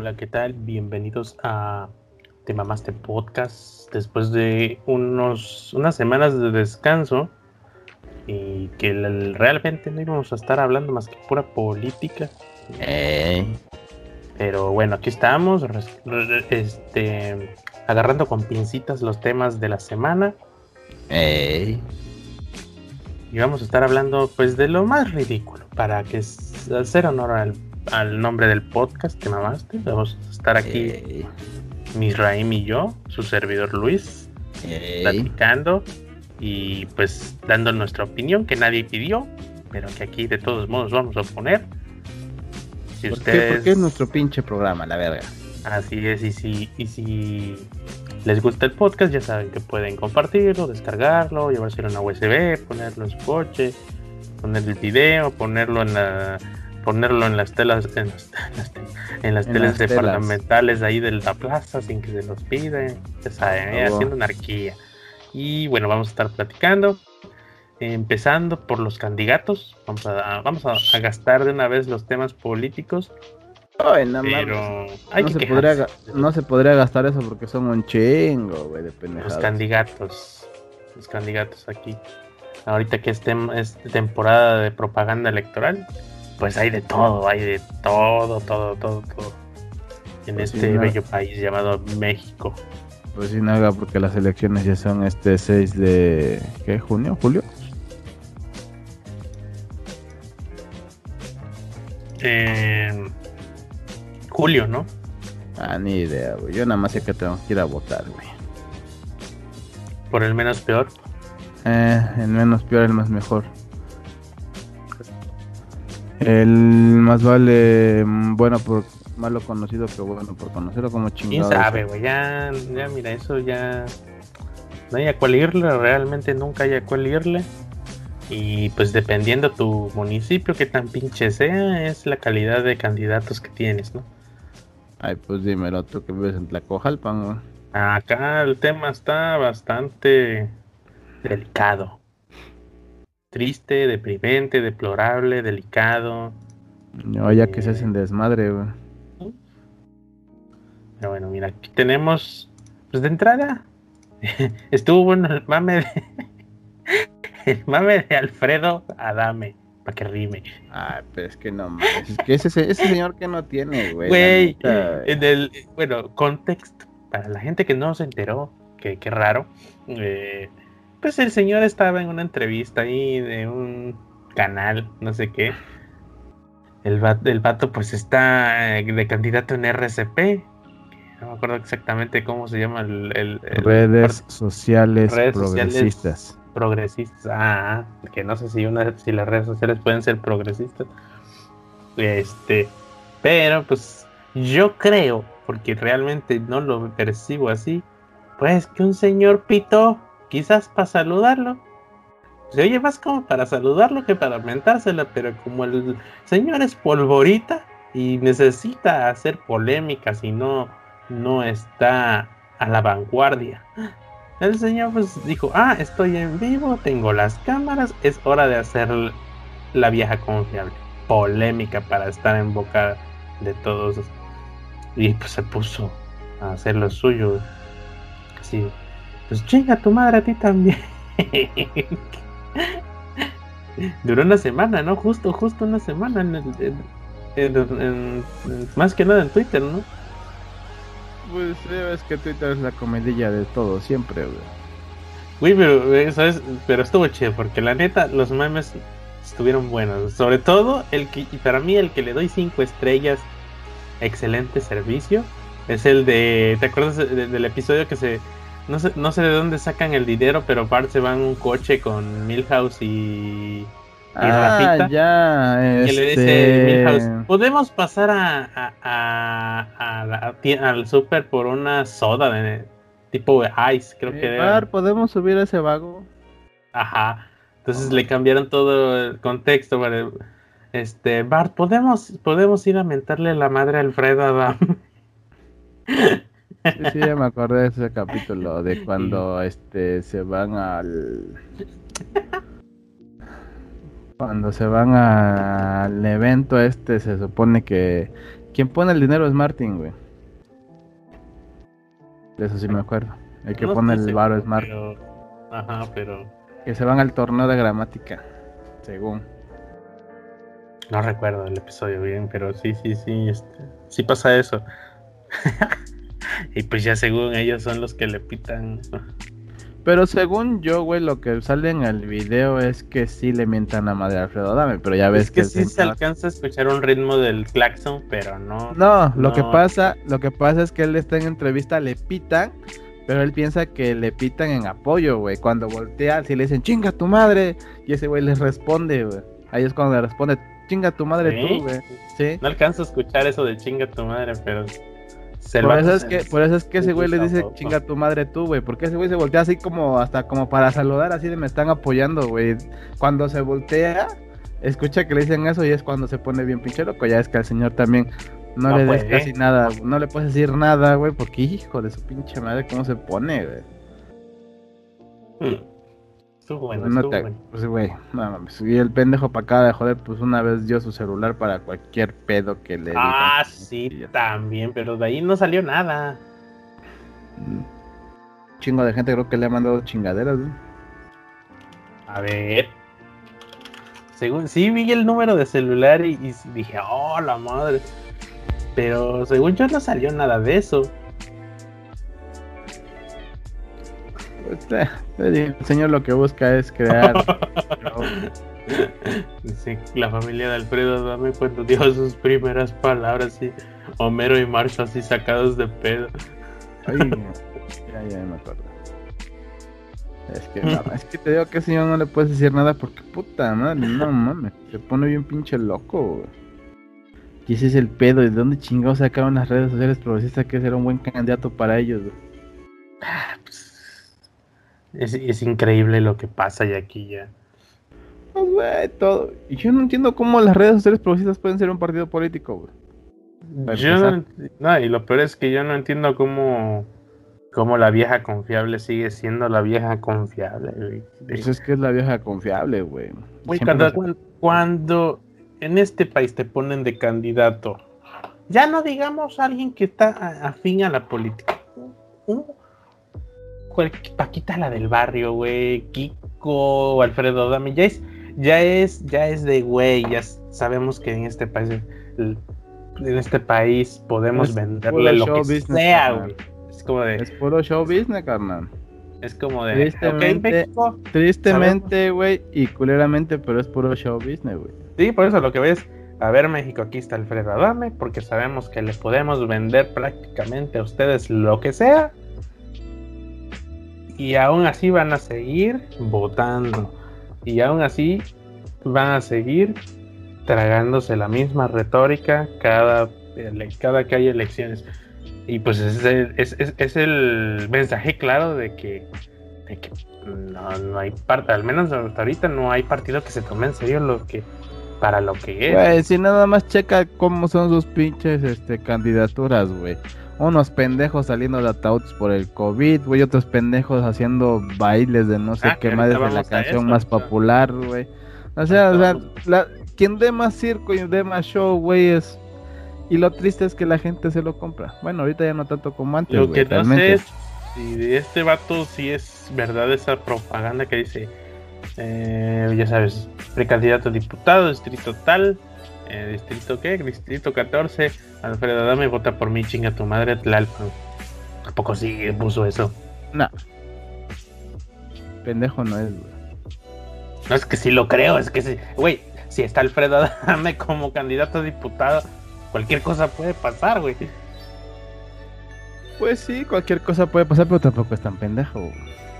Hola, ¿qué tal? Bienvenidos a Te Mamaste Podcast. Después de unas semanas de descanso y que realmente no íbamos a estar hablando más que pura política. Pero bueno, aquí estamos, agarrando con pincitas los temas de la semana. Y vamos a estar hablando pues de lo más ridículo para hacer honor al nombre del podcast, Te Mamaste. Vamos a estar aquí Misraim y yo, su servidor Luis, platicando y pues dando nuestra opinión que nadie pidió, pero que aquí de todos modos vamos a poner. Si ustedes... Porque es nuestro pinche programa, la verga. Así es, y si les gusta el podcast, ya saben que pueden compartirlo, descargarlo, llevárselo a una USB, ponerlo en su coche, poner el video, ponerlo en las telas, en las telas departamentales ahí de la plaza sin que se los piden, ya saben, haciendo anarquía. Y bueno, vamos a estar platicando, empezando por los candidatos. Vamos a gastar de una vez los temas políticos. Ay, pero no se podría gastar eso porque son un chingo, güey, de pendejadas. Los candidatos aquí. Ahorita que es temporada de propaganda electoral, pues hay de todo. En pues bello país llamado México. Pues sí, no, porque las elecciones ya son 6 de... ¿qué? ¿Junio? ¿Julio? Julio, ¿no? Ni idea, güey. Yo nada más sé que tengo que ir a votar, güey. ¿Por el menos peor? El menos peor, el más mejor. El más vale bueno por malo conocido que bueno por conocerlo, como chingado. ¿Quién sabe, güey? Ya mira, eso ya... No hay a cuál irle, realmente nunca hay a cuál irle. Y pues dependiendo tu municipio, que tan pinche sea, es la calidad de candidatos que tienes, ¿no? Ay, pues dímelo, tú que vives en Tlacojalpan, ¿no? Acá el tema está bastante delicado. Triste, deprimente, deplorable, delicado. No, ya que se hacen desmadre, güey. Pero bueno, mira, aquí tenemos, pues de entrada, estuvo bueno el mame de Alfredo Adame, para que rime. Ay, pero es que no mames, es que ese señor que no tiene, güey. Güey, bueno, contexto, para la gente que no se enteró, que qué raro, pues el señor estaba en una entrevista ahí de un canal, no sé qué. El vato pues está de candidato en RCP. No me acuerdo exactamente cómo se llama redes sociales progresistas. Progresistas. Que no sé si las redes sociales pueden ser progresistas. Pero pues yo creo, porque realmente no lo percibo así, pues que un señor pitó, quizás para saludarlo. Se oye más como para saludarlo que para mentársela, pero como el señor es polvorita y necesita hacer polémicas y no está a la vanguardia, el señor pues dijo, estoy en vivo, tengo las cámaras, es hora de hacer la vieja confiable, polémica para estar en boca de todos. Y pues se puso a hacer lo suyo, así, pues chinga tu madre a ti también. Duró una semana, ¿no? Justo una semana en más que nada en Twitter, ¿no? Pues es que Twitter es la comidilla de todo, siempre, güey. Pero estuvo chido, porque la neta, los memes estuvieron buenos. Sobre todo, para mí el que le doy 5 estrellas, excelente servicio, es el de... ¿Te acuerdas del episodio que no sé de dónde sacan el dinero, pero Bart se va en un coche con Milhouse y Rafita? Ya, y le dice Milhouse, ¿podemos pasar al súper por una soda de tipo Ice? Creo que era. Bart, ¿podemos subir a ese vago? Ajá. Entonces le cambiaron todo el contexto. Bart, ¿podemos ir a mentarle la madre a Alfredo Adame? Sí, ya me acordé de ese capítulo de cuando se van cuando se van al evento se supone que Quien pone el dinero es Martin, güey. De eso sí me acuerdo. El que No pone estoy el varo seguro, es Martin. Ajá, pero Que se van al torneo de gramática, según. no recuerdo el episodio bien, pero sí, sí pasa eso. Y pues ya según ellos son los que le pitan. Pero según yo, güey, lo que sale en el video es que sí le mientan a madre a Alfredo Adame, pero ya ves Es que el sí se señor... alcanza a escuchar un ritmo del claxon, pero no. No, lo que No. pasa es que él está en entrevista, le pitan, pero él piensa que le pitan en apoyo, güey. Cuando voltea, si le dicen, chinga tu madre, y ese güey les responde, güey. Ahí es cuando le responde, chinga tu madre ¿Sí? tú, güey. Sí. No alcanzo a escuchar eso de chinga tu madre, pero Por eso es que ese güey le dice chinga tu madre tú, güey. Porque ese güey se voltea así como hasta como para saludar, así de me están apoyando, güey. Cuando se voltea, escucha que le dicen eso y es cuando se pone bien pinche loco. Ya es que al señor también no le des casi nada, no le puedes decir nada, güey, porque hijo de su pinche madre, cómo se pone, güey. Estuvo bueno, Pues güey, no mames. Y el pendejo para acá de joder, pues una vez dio su celular para cualquier pedo que le digan. Ah, sí, también, pero de ahí no salió nada. Chingo de gente creo que le ha mandado chingaderas, güey. A ver. Según, sí vi el número de celular y dije, oh, la madre. Pero según yo no salió nada de eso. El señor lo que busca es crear. Sí, la familia de Alfredo Adame cuando dijo sus primeras palabras, y Homero y Marshall así sacados de pedo. Ay, ya me acuerdo. Es que te digo que ese señor no le puedes decir nada porque puta madre, no mames, se pone bien pinche loco, güey. Y ese es el pedo, ¿de dónde chingados sacaron las redes sociales progresistas que era un buen candidato para ellos, güey? Es increíble lo que pasa ya aquí ya. Pues güey, todo. Y yo no entiendo cómo las redes sociales progresistas pueden ser un partido político, güey. Y lo peor es que yo no entiendo cómo la vieja confiable sigue siendo la vieja confiable, güey. Pues es que es la vieja confiable, güey. Cuando en este país te ponen de candidato, ya no digamos alguien que está afín a la política. Paquita la del barrio, güey, Kiko, Alfredo Adame, ya es de güey, ya sabemos que en este país podemos es venderle lo que business, sea, güey. Es puro show business, carnal. Es como de tristemente, güey, y culeramente, pero es puro show business, güey. Sí, por eso lo que ves, a ver, México, aquí está Alfredo Adame, porque sabemos que le podemos vender prácticamente a ustedes lo que sea. Y aún así van a seguir votando. Y aún así van a seguir tragándose la misma retórica cada que hay elecciones. Y pues es el mensaje claro de que no hay parte, al menos hasta ahorita no hay partido que se tome en serio para lo que es. Güey, si nada más checa cómo son sus pinches candidaturas, güey. Unos pendejos saliendo de ataúdes por el COVID, güey, otros pendejos haciendo bailes de no sé qué más de la canción más popular, güey. O sea, quien dé más circo y dé más show, güey, es... Y lo triste es que la gente se lo compra. Bueno, ahorita ya no tanto como antes, lo que güey, no sé es si de este vato si es verdad esa propaganda que dice, ya sabes, precandidato a diputado, distrito tal, distrito qué, distrito 14, Alfredo Adame, vota por mí, chinga tu madre, Tlalpan. Tampoco sí puso eso. No. Pendejo no es, güey. No, es que sí lo creo, es que sí, güey, si está Alfredo Adame como candidato a diputado, cualquier cosa puede pasar, güey. Pues sí, cualquier cosa puede pasar, pero tampoco es tan pendejo, güey.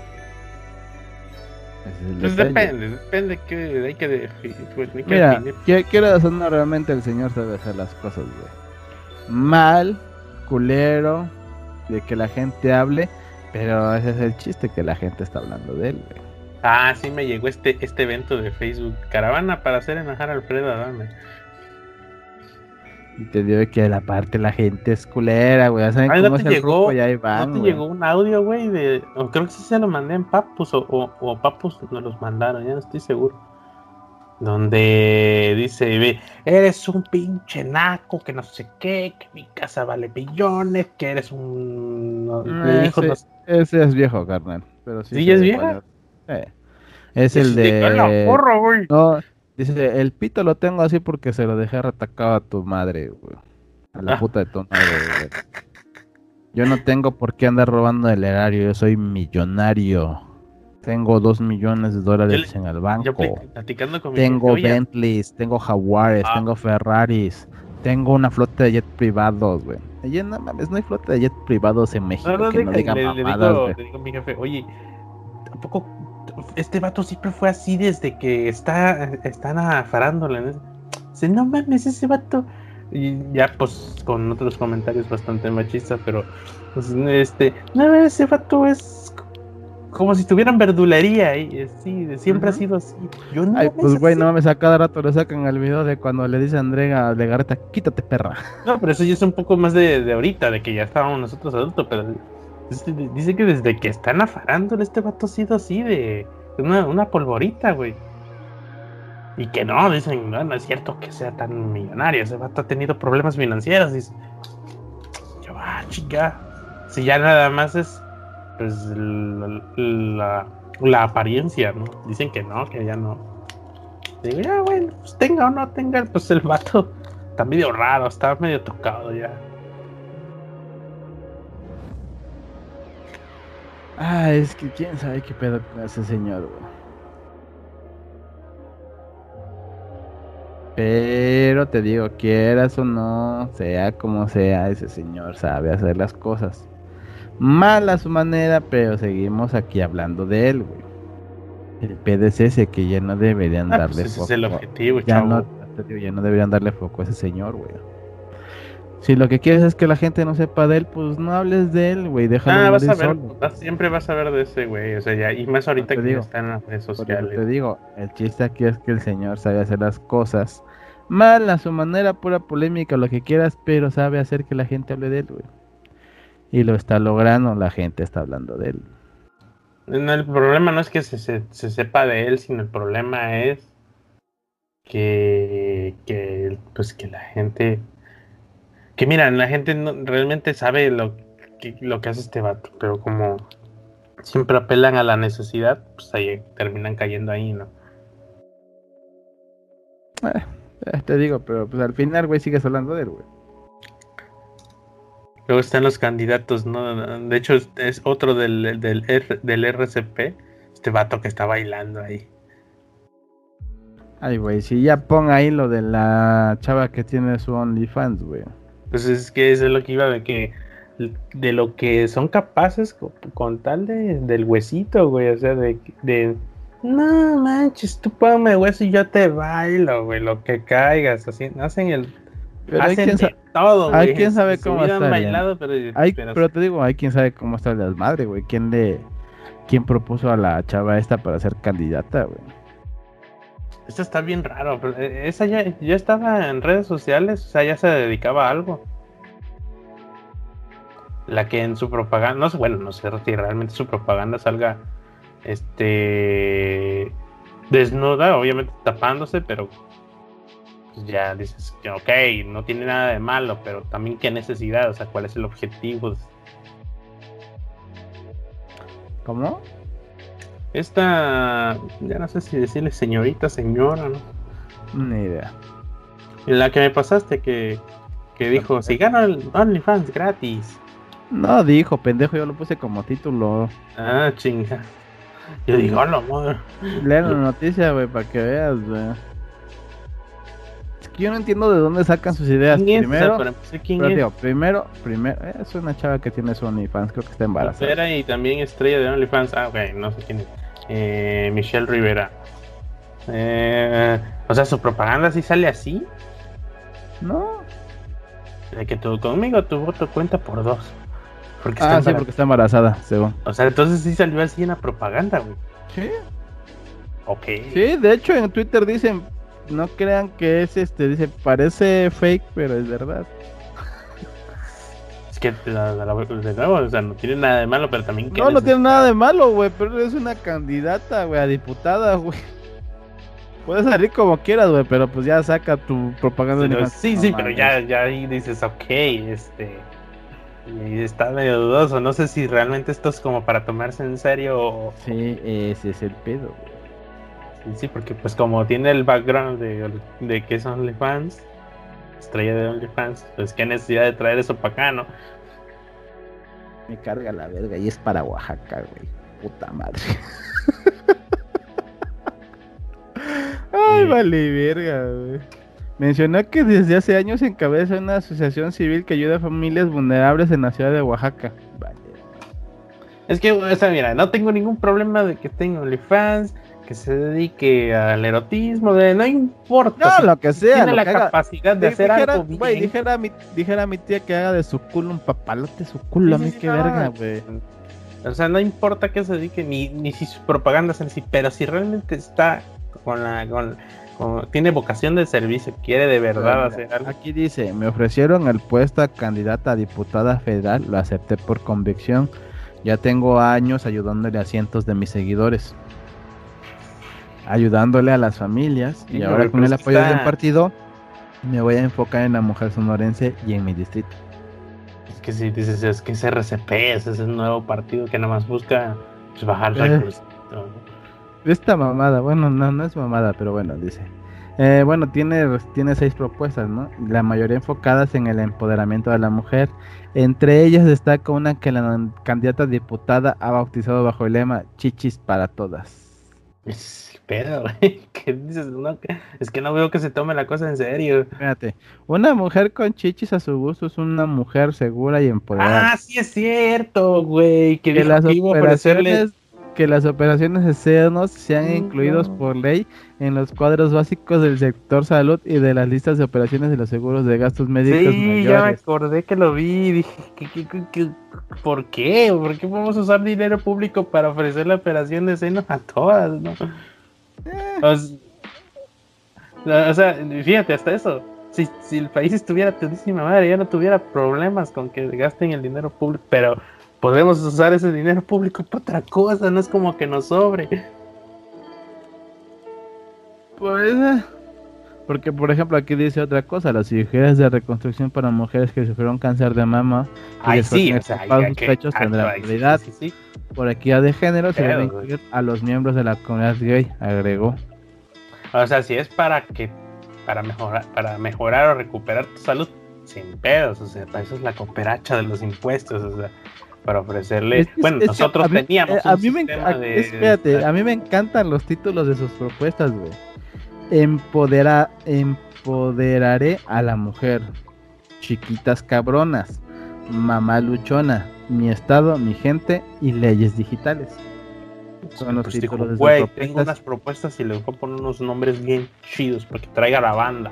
Pues depende que hay que definir. Mira, quiero sonar realmente el señor sabe hacer las cosas, güey. Mal, culero, de que la gente hable, pero ese es el chiste, que la gente está hablando de él, güey. Ah, sí me llegó este evento de Facebook, caravana para hacer enojar a Alfredo Adame. Y te digo que la parte la gente es culera, güey. ¿Saben cómo ¿No es te el llegó, grupo? Y ahí van, ¿no te llegó un audio, güey? Creo que sí se lo mandé en Papus o Papus nos los mandaron, ya no estoy seguro. donde dice, eres un pinche naco, que no sé qué, que mi casa vale billones, que eres un... Ese es viejo, carnal, pero sí. ¿Sí es vieja? Es el de... porra, güey. No, dice, el pito lo tengo así porque se lo dejé retacado a tu madre, güey. A la puta de tu madre, güey. Yo no tengo por qué andar robando el erario, yo soy millonario. Tengo $2 millones en el banco. Tengo Bentleys, tengo Jaguares, tengo Ferraris, tengo una flota de jet privados, güey. Oye, no mames, no hay flota de jet privados en México no diga mamadas, güey. Le digo a mi jefe, oye, tampoco este vato siempre fue así desde que están a farándula, ¿no? Dice, no mames, ese vato. Y ya pues con otros comentarios bastante machistas, pero pues, no, ese vato es como si tuvieran verdulería y sí, siempre ha sido así. Yo no. Ay, pues güey, no mames, a cada rato le sacan el video de cuando le dice a Andrea Legarreta, quítate perra. No, pero eso ya es un poco más de ahorita, de que ya estábamos nosotros adultos, pero dice que desde que están a farándula este vato ha sido así de una polvorita, güey. Y que no, dicen, no es cierto que sea tan millonario, ese vato ha tenido problemas financieros. Dice, yo, chica, si ya nada más es pues la apariencia, ¿no? Dicen que no, que ya no. Digo, ya, bueno, pues tenga o no tenga, pues el vato está medio raro, está medio tocado ya. Es que quién sabe qué pedo con ese señor, güey. Pero te digo, quieras o no, sea como sea, ese señor sabe hacer las cosas. Mal a su manera, pero seguimos aquí hablando de él, güey. El pedo es ese, que ya no deberían darle pues ese foco. Es el objetivo, ya no deberían darle foco a ese señor, güey. Si lo que quieres es que la gente no sepa de él, pues no hables de él, güey. Déjalo vas a ver, siempre vas a ver de ese güey, o sea, ya, y más ahorita que está en las redes sociales. Te digo, el chiste aquí es que el señor sabe hacer las cosas mal a su manera, pura polémica, lo que quieras, pero sabe hacer que la gente hable de él, güey. Y lo está logrando, la gente está hablando de él. No, el problema no es que se sepa de él, sino el problema es que la gente... Que mira, la gente no, realmente sabe lo que hace este vato, pero como siempre apelan a la necesidad, pues ahí terminan cayendo ahí, ¿no? Te digo, pero pues al final, güey, sigues hablando de él, güey. Luego están los candidatos, ¿no? De hecho, es otro del RCP, este vato que está bailando ahí. Ay, güey, si ya pon ahí lo de la chava que tiene su OnlyFans, güey. Pues es que eso es lo que iba de lo que son capaces con tal del huesito, güey, o sea, de no manches, tú ponme hueso y yo te bailo, güey, lo que caigas, así, hacen el... Pero hacen todo, güey. Hay quien sabe cómo está. Bailado, pero te digo, hay quien sabe cómo está el desmadre, güey. ¿Quién propuso a la chava esta para ser candidata, güey? Esto está bien raro, pero esa ya estaba en redes sociales, o sea, ya se dedicaba a algo. La que en su propaganda, no sé si realmente su propaganda salga desnuda, obviamente tapándose, pero pues ya dices que ok, no tiene nada de malo, pero también qué necesidad, o sea, cuál es el objetivo. ¿Cómo? Esta, ya no sé si decirle señorita, señora, ¿no? Ni idea. La que me pasaste que dijo, si gano el OnlyFans gratis. No dijo, pendejo, yo lo puse como título. Ah, chinga. Yo digo, hola, madre. Lee la noticia, güey, para que veas, güey. Es que yo no entiendo de dónde sacan sus ideas. Primero, es una chava que tiene su OnlyFans, creo que está embarazada. Y también estrella de OnlyFans, ok, no sé quién es. Michelle Rivera. O sea, su propaganda sí sale así. No. De que conmigo tu voto cuenta por 2. Porque está embarazada, según. O sea, entonces sí salió así en la propaganda, güey. Sí. Ok. Sí, de hecho en Twitter dicen, no crean que es dice, parece fake, pero es verdad. Es que de nuevo, o sea, no tiene nada de malo, pero también... No tiene nada de malo, güey, pero es una candidata, güey, a diputada, güey. Puedes salir como quieras, güey, pero pues ya saca tu propaganda. Pero, sí, pero ya ahí dices, ok, y está medio dudoso. No sé si realmente esto es como para tomarse en serio o... Sí, ese es el pedo, güey. Sí, porque pues como tiene el background de que es OnlyFans, estrella de OnlyFans, pues qué necesidad de traer eso para acá, ¿no? Me carga la verga y es para Oaxaca, güey. Puta madre. Ay, vale, verga, güey. Mencionó que desde hace años encabeza una asociación civil que ayuda a familias vulnerables en la ciudad de Oaxaca. Vale. Es que, o sea, mira, no tengo ningún problema de que tenga OnlyFans, que se dedique al erotismo, no importa. No, si lo que sea. Tiene la capacidad de hacer algo bien. Güey, dijera a mi tía que haga de su culo un papalote, su culo, a mí qué verga, güey. O sea, no importa que se dedique, ni si sus propagandas en sí, pero si realmente está tiene vocación de servicio, quiere de verdad hacer algo. Aquí dice, me ofrecieron el puesto a candidata a diputada federal, lo acepté por convicción. Ya tengo años ayudándole a cientos de mis seguidores, ayudándole a las familias, y ahora con el apoyo del partido me voy a enfocar en la mujer sonorense y en mi distrito. Es que si dices, es que es RCP, ese es el nuevo partido que nada más busca pues, bajar recursos. Esta mamada, bueno, no es mamada, pero bueno, dice. Bueno, tiene 6 propuestas, ¿no? La mayoría enfocadas en el empoderamiento de la mujer. Entre ellas destaca una que la candidata a diputada ha bautizado bajo el lema Chichis para todas. Pero, güey, ¿qué dices? No, es que no veo que se tome la cosa en serio. Espérate, una mujer con chichis a su gusto es una mujer segura y empoderada. Ah, sí es cierto, güey, que dijo las que iba a ofrecerle... Que las operaciones de senos sean incluidos por ley en los cuadros básicos del sector salud y de las listas de operaciones de los seguros de gastos médicos mayores. Ya me acordé que lo vi y dije, ¿por qué? ¿Por qué podemos usar dinero público para ofrecer la operación de senos a todas, no? O sea, fíjate, hasta eso. Si el país estuviera todísima madre, ya no tuviera problemas con que gasten el dinero público, pero podemos usar ese dinero público para otra cosa, no es como que nos sobre. Pues, porque por ejemplo aquí dice otra cosa, las cirugías de reconstrucción para mujeres que sufrieron cáncer de mama y sus pechos tendrán prioridad. Sí. Por equidad de género se debe incluir a los miembros de la comunidad gay, agregó. O sea, si es para mejorar o recuperar tu salud, sin pedos, o sea, para eso es la cooperacha de los impuestos, o sea, para ofrecerle, nosotros teníamos a mí me encantan los títulos de sus propuestas, güey. Empoderaré a la mujer, chiquitas cabronas, mamá luchona, mi estado, mi gente y leyes digitales. Son los títulos de sus propuestas. Tengo unas propuestas y le voy a poner unos nombres bien chidos para que traiga la banda.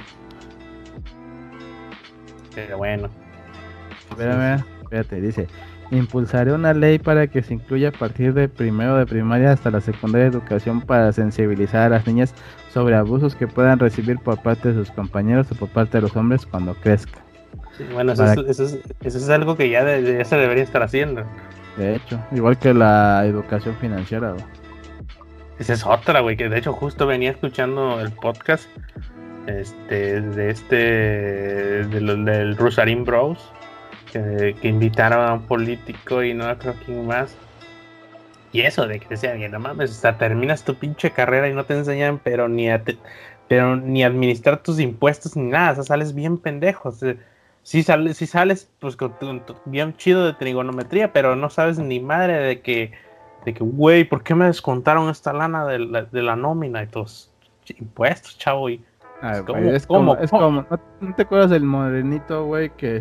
Pero bueno. Espérate, dice: impulsaré una ley para que se incluya a partir de primero de primaria hasta la secundaria educación para sensibilizar a las niñas sobre abusos que puedan recibir por parte de sus compañeros o por parte de los hombres cuando crezcan. Sí, bueno, eso es algo que ya se debería estar haciendo. De hecho, igual que la educación financiera, güey. Esa es otra, güey, que de hecho justo venía escuchando el podcast del Rusarín Bros, que invitaron a un político y no creo quién más. Y eso de que decían, no mames, o sea, terminas tu pinche carrera y no te enseñan, pero ni administrar tus impuestos ni nada, o sea, sales bien pendejo. O sea, sí sales pues con bien chido de trigonometría, pero no sabes ni madre de que güey, ¿por qué me descontaron esta lana de la nómina y todos impuestos, chavo? Y es como ¿no te acuerdas del morenito, güey, que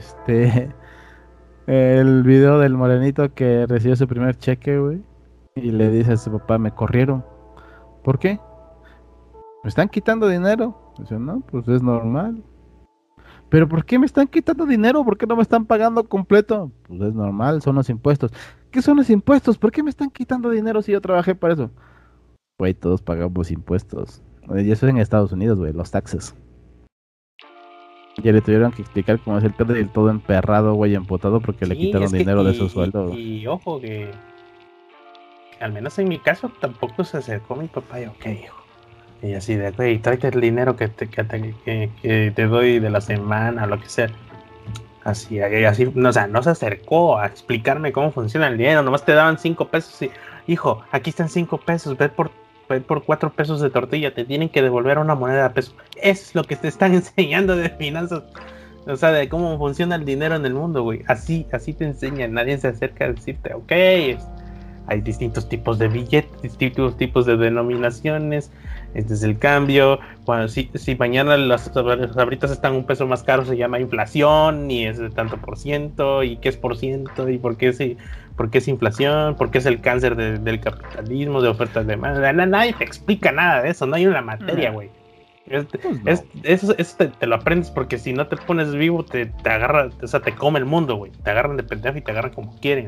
el video del morenito que recibió su primer cheque, güey, y le dice a su papá, me corrieron? ¿Por qué? ¿Me están quitando dinero? Dice, no, pues es normal. ¿Pero por qué me están quitando dinero? ¿Por qué no me están pagando completo? Pues es normal, son los impuestos. ¿Qué son los impuestos? ¿Por qué me están quitando dinero si yo trabajé para eso? Güey, todos pagamos impuestos. Y eso es en Estados Unidos, güey, los taxes. Ya le tuvieron que explicar cómo es el pedo y el todo emperrado, güey, empotado porque le quitaron dinero de su sueldo. Y ojo que al menos en mi caso tampoco se acercó mi papá y ok, hijo, Y así de, güey, tráete el dinero que te doy de la semana, lo que sea. Así, no, o sea, no se acercó a explicarme cómo funciona el dinero, nomás te daban 5 pesos y, hijo, aquí están 5 pesos, ve por 4 pesos de tortilla, te tienen que devolver una moneda de peso. Eso es lo que te están enseñando de finanzas, o sea, de cómo funciona el dinero en el mundo, güey. Así te enseñan, nadie se acerca a decirte, ok, hay distintos tipos de billetes, distintos tipos de denominaciones. Este es el cambio. Bueno, si mañana las sabritas están un peso más caro, se llama inflación y es de tanto por ciento. ¿Y qué es por ciento? ¿Y por qué es inflación? ¿Por qué es el cáncer del capitalismo, de oferta y demanda? Nadie te explica nada de eso, no hay una materia, güey. Eso te lo aprendes porque si no te pones vivo, te agarra, o sea, te come el mundo, güey. Te agarran de pendejo y te agarran como quieren.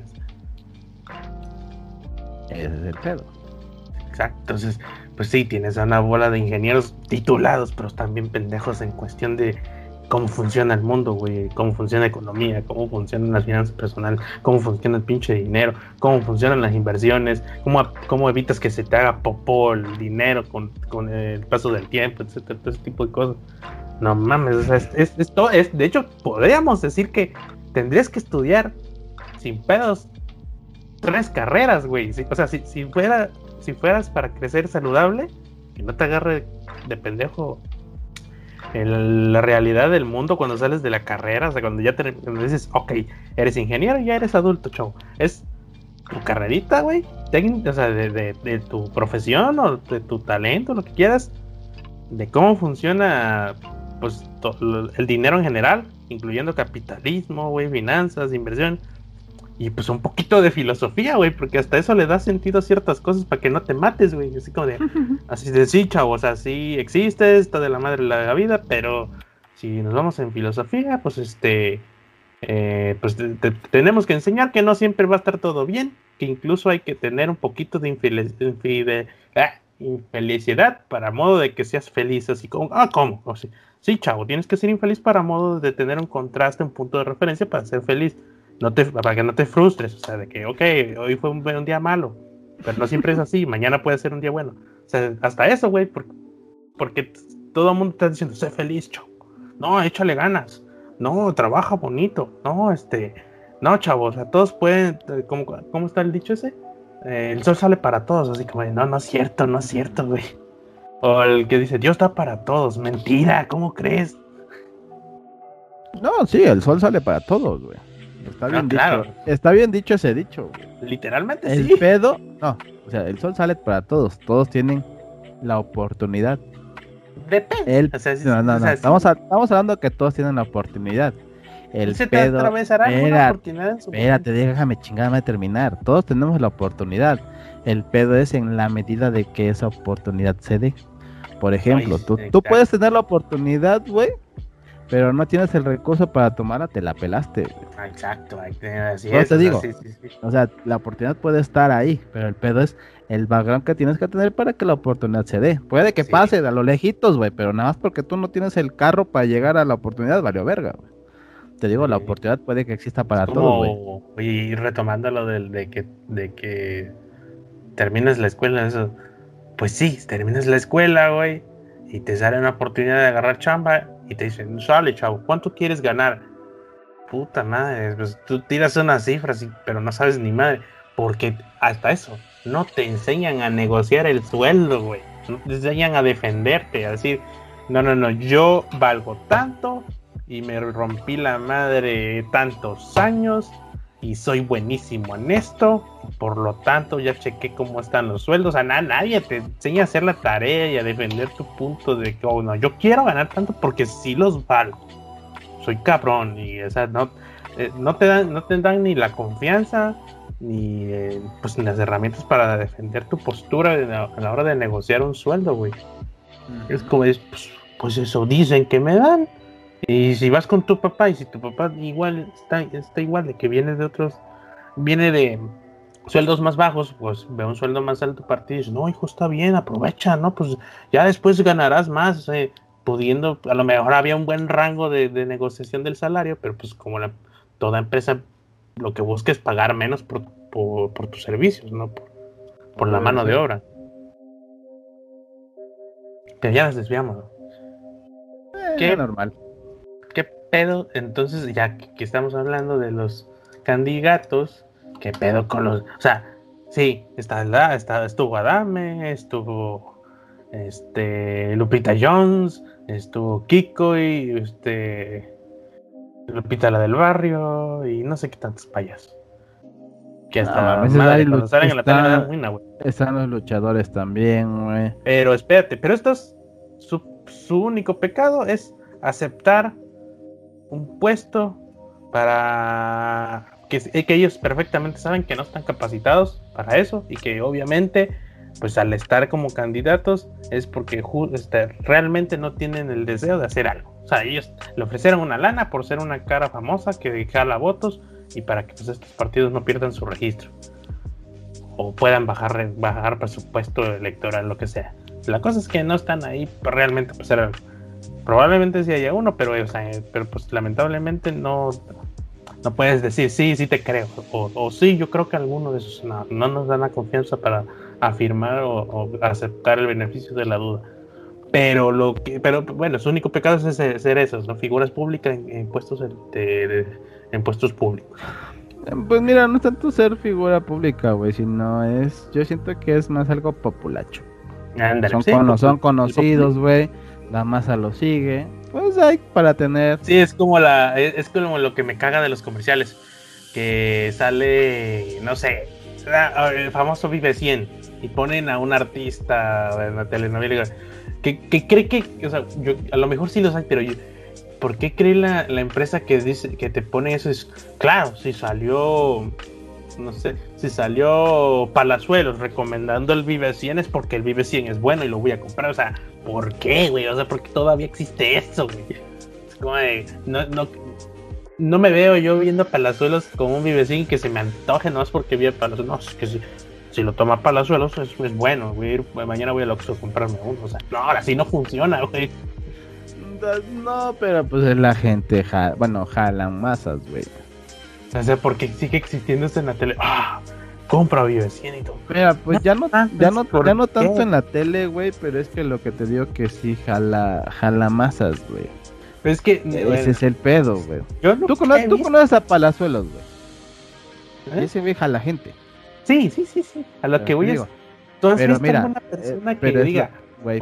Ese es el pedo. Exacto, entonces, pues sí, tienes a una bola de ingenieros titulados, pero también pendejos en cuestión de cómo funciona el mundo, güey, cómo funciona la economía, cómo funcionan las finanzas personales, cómo funciona el pinche dinero, cómo funcionan las inversiones, cómo evitas que se te haga popó el dinero con el paso del tiempo, etcétera, todo ese tipo de cosas. No mames, o sea, de hecho, podríamos decir que tendrías que estudiar sin pedos 3 carreras, güey. O sea, si fueras para crecer saludable, que no te agarre de pendejo la realidad del mundo cuando sales de la carrera, o sea, cuando cuando dices, ok, eres ingeniero, ya eres adulto, chavo. Es tu carrerita, güey, o sea, de tu profesión o de tu talento, lo que quieras, de cómo funciona, pues, el dinero en general, incluyendo capitalismo, güey, finanzas, inversión. Y pues un poquito de filosofía, güey, porque hasta eso le da sentido a ciertas cosas para que no te mates, güey. Así como así de sí, chavos, así existe, está de la madre la vida, pero si nos vamos en filosofía, pues pues tenemos que enseñar que no siempre va a estar todo bien, que incluso hay que tener un poquito de infelicidad para modo de que seas feliz, así como, ¿cómo? O sea, sí, chavo, tienes que ser infeliz para modo de tener un contraste, un punto de referencia para ser feliz. Para que no te frustres, o sea, de que, ok, hoy fue un día malo, pero no siempre es así, mañana puede ser un día bueno. O sea, hasta eso, güey, porque todo el mundo está diciendo, sé feliz, chavo. No, échale ganas. No, trabaja bonito. No, no, chavo, o sea, todos pueden, ¿cómo está el dicho ese? El sol sale para todos, así como, no es cierto, güey. O el que dice, Dios está para todos, mentira, ¿cómo crees? No, sí, el sol sale para todos, güey. Está bien dicho. Claro. Está bien dicho ese dicho, güey. Literalmente el sí. El pedo, no, o sea, el sol sale para todos. Todos tienen la oportunidad. Depende. No. Estamos hablando que todos tienen la oportunidad. El se pedo. Te atravesará una oportunidad en su espérate, déjame chingarme terminar. Todos tenemos la oportunidad. El pedo es en la medida de que esa oportunidad se dé. Por ejemplo, tú puedes tener la oportunidad, güey, pero no tienes el recurso para tomarla, te la pelaste. Exacto, así es. Te digo, o sea, la oportunidad puede estar ahí, pero el pedo es el background que tienes que tener para que la oportunidad se dé. Puede que pase a lo lejitos, güey, pero nada más porque tú no tienes el carro para llegar a la oportunidad, valió verga, güey. Te digo, la oportunidad puede que exista para todos, güey. Y retomando lo de que termines la escuela, eso, pues sí, terminas la escuela, güey, y te sale una oportunidad de agarrar chamba y te dicen, sale, chavo, ¿cuánto quieres ganar? Puta madre, pues tú tiras unas cifras, pero no sabes ni madre, porque hasta eso, no te enseñan a negociar el sueldo, güey, no te enseñan a defenderte, a decir, no, yo valgo tanto y me rompí la madre tantos años y soy buenísimo en esto, por lo tanto ya chequé cómo están los sueldos. O sea, nadie te enseña a hacer la tarea y a defender tu punto de que, no, yo quiero ganar tanto porque sí los valgo, soy cabrón. Y o sea, no te dan ni la confianza ni pues las herramientas para defender tu postura a la hora de negociar un sueldo, güey. Es como, pues eso dicen que me dan. Y si vas con tu papá y si tu papá igual está igual de que viene de sueldos más bajos, pues ve un sueldo más alto para ti y dices, no, hijo, está bien, aprovecha, ¿no? Pues ya después ganarás más, pudiendo, a lo mejor había un buen rango de negociación del salario, pero pues como toda empresa lo que busca es pagar menos por tus servicios, ¿no? Por la mano de obra. Pero ya nos desviamos. ¿Qué? Normal. ¿Qué pedo? Entonces, ya que estamos hablando de los candidatos, ¿qué pedo con los...? O sea, sí, estuvo Adame, estuvo Lupita Jones, estuvo Kiko y Lupita la del barrio y no sé qué tantos payasos. Que hasta cuando salen en la tele me dan ruina, güey. Están los luchadores también, güey. Pero espérate, su único pecado es aceptar un puesto para que ellos perfectamente saben que no están capacitados para eso y que obviamente pues al estar como candidatos es porque realmente no tienen el deseo de hacer algo. O sea, ellos le ofrecieron una lana por ser una cara famosa que jala votos y para que pues, estos partidos no pierdan su registro o puedan bajar presupuesto electoral, lo que sea. La cosa es que no están ahí realmente para hacer algo. Probablemente sí haya uno, pero pues lamentablemente no puedes decir sí te creo o sí, yo creo que alguno de esos no nos dan la confianza para afirmar o aceptar el beneficio de la duda. Pero bueno, su único pecado es ser esos, ¿no? Figuras públicas en puestos en puestos públicos. Pues mira, no es tanto ser figura pública, güey, sino yo siento que es más algo populacho. Ándale, son conocidos, güey, la masa lo sigue, pues hay para tener. Sí, es como lo que me caga de los comerciales, que sale, no sé, el famoso Vive 100 y ponen a un artista en la telenovela que cree que, o sea, yo a lo mejor sí los hay, pero ¿por qué cree la empresa que dice que te pone eso? Es claro, si salió Palazuelos recomendando el Vive 100 es porque el Vive 100 es bueno y lo voy a comprar. O sea, ¿por qué, güey? O sea, ¿por qué todavía existe eso, güey? Es como de, no me veo yo viendo Palazuelos con un Vive 100 que se me antoje nomás porque vi a Palazuelos. No, es que si lo toma Palazuelos es bueno, güey. Mañana voy al Oxxo a comprarme uno. O sea, no, ahora sí no funciona, güey. No, pero pues la gente jalan masas, güey. O sea, porque sigue existiendo esto en la tele. Compra Vive 100 y todo. Mira, pues ya no tanto en la tele, güey, pero es que lo que te digo que sí jala masas, güey. Pero es que ese es el pedo, güey. ¿Tú conoces a Palazuelos, güey? Ese güey jala gente. Sí. A lo que voy es. Pero mira, una persona que diga, güey,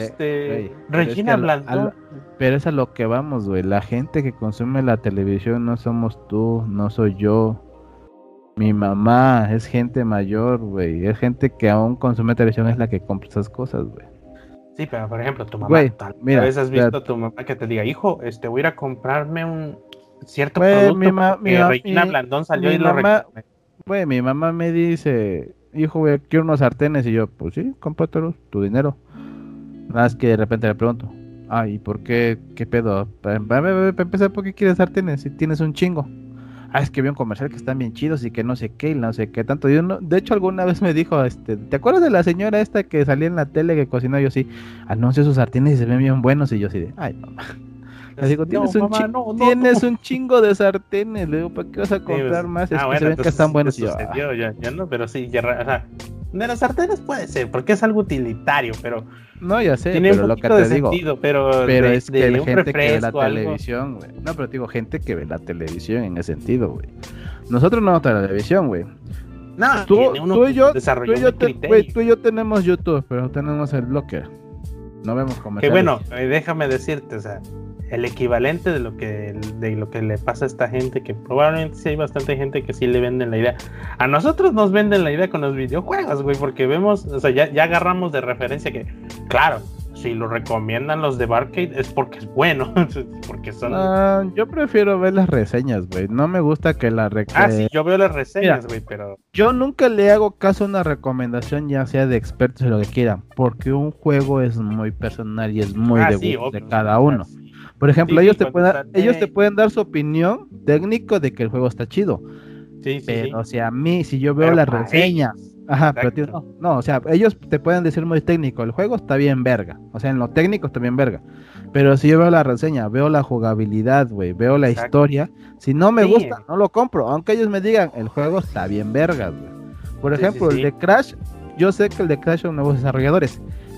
Regina Blandón. Pero es a lo que vamos, güey. La gente que consume la televisión no somos tú, no soy yo. Mi mamá es gente mayor, güey. Es gente que aún consume televisión, es la que compra esas cosas, güey. Sí, pero por ejemplo, tu mamá, güey, mira, a veces has visto a tu mamá que te diga, hijo, voy a ir a comprarme un cierto producto que Regina Blandón salió y lo recomendó. Güey, mi mamá me dice, hijo, güey, quiero unos sartenes. Y yo, pues sí, cómpratelos, tu dinero. Nada más que de repente le pregunto, ¿y por qué? ¿Qué pedo? Para empezar, ¿por qué quieres sartenes si tienes un chingo? Es que vi un comercial que están bien chidos y que no sé qué y no sé qué tanto. De hecho, alguna vez me dijo, ¿te acuerdas de la señora esta que salía en la tele que cocinó? Yo sí, anuncio sus sartenes y se ven bien buenos. Y yo sí de, ay, mamá. Le digo, tienes un chingo de sartenes. Le digo, ¿para qué vas a comprar más? Es que se ven que están buenos. Y yo, ya no, pero sí, o sea, de las sartenes puede ser, porque es algo utilitario, pero no, ya sé, tiene pero un lo que te digo, sentido, pero es que la gente que ve la algo. televisión, güey. No, pero digo, gente que ve la televisión en ese sentido, güey. Nosotros no vemos la televisión, güey. No, tú y yo tenemos YouTube, pero no tenemos el blocker. No vemos comerciales. Que bueno, déjame decirte, o sea, el equivalente de lo que le pasa a esta gente, que probablemente sí hay bastante gente que sí le venden la idea. A nosotros nos venden la idea con los videojuegos, güey, porque vemos, o sea, ya agarramos de referencia que, claro, si lo recomiendan los de Barcade es porque es bueno, porque son... yo prefiero ver las reseñas, güey. No me gusta que sí, yo veo las reseñas, güey, pero... Yo nunca le hago caso a una recomendación, ya sea de expertos o lo que quieran, porque un juego es muy personal y es muy de cada uno. Por ejemplo, ellos te pueden dar su opinión técnico de que el juego está chido. Pero, o sea, a mí, si yo veo las reseñas... pero no, o sea, ellos te pueden decir muy técnico, el juego está bien verga, o sea, en lo técnico está bien verga, pero si yo veo la reseña, veo la jugabilidad, güey, veo la historia, si no me gusta, no lo compro, aunque ellos me digan, el juego está bien verga, güey. Por ejemplo, el de Crash, yo sé que el de Crash son nuevos desarrolladores,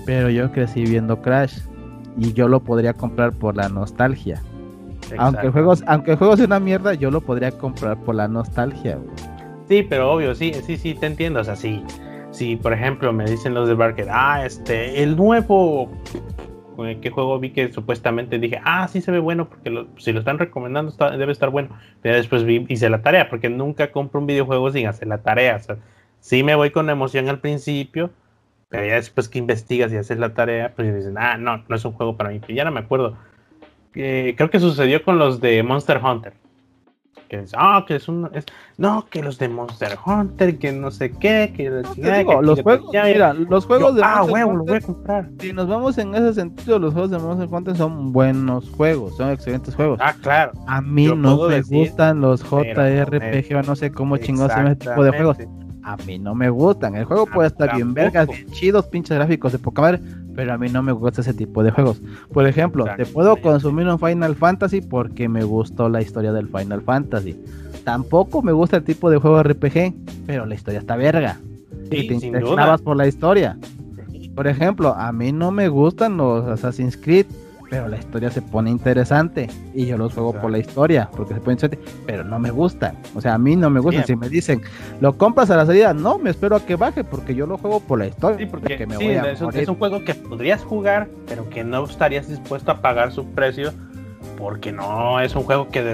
pero yo crecí viendo Crash y yo lo podría comprar por la nostalgia. Aunque el juego sea una mierda, yo lo podría comprar por la nostalgia, güey. Sí, pero obvio, sí, te entiendo. O sea, sí, por ejemplo, me dicen los de Barker, el nuevo, ¿qué juego vi que supuestamente dije? Sí se ve bueno, porque si lo están recomendando debe estar bueno. Pero después hice la tarea, porque nunca compro un videojuego sin hacer la tarea. O sea, sí me voy con emoción al principio, pero ya después que investigas y haces la tarea, pues dicen, no es un juego para mí. Que ya no me acuerdo. Creo que sucedió con los de Monster Hunter. Que que los de Monster Hunter, que no sé qué, que los juegos, mira, los juegos de Monster Hunter, los voy a comprar. Si nos vamos en ese sentido, los juegos de Monster Hunter son buenos juegos, son excelentes juegos. Claro. A mí no me gustan los JRPG, o no sé cómo chingados se llama este tipo de juegos. A mí no me gustan. El juego puede estar bien vergas, bien chidos, pinches gráficos de poca madre, pero a mí no me gusta ese tipo de juegos. Por ejemplo, te puedo consumir un Final Fantasy porque me gustó la historia del Final Fantasy. Tampoco me gusta el tipo de juego RPG, pero la historia está verga. Y te interesabas por la historia. Por ejemplo, a mí no me gustan los Assassin's Creed, pero la historia se pone interesante y yo los juego por la historia porque se pone interesante, pero no me gustan. O sea, a mí no me gustan. Si me dicen, ¿lo compras a la salida? No, me espero a que baje porque yo lo juego por la historia. Sí, porque me voy a morir. Es un juego que podrías jugar, pero que no estarías dispuesto a pagar su precio porque no es un juego que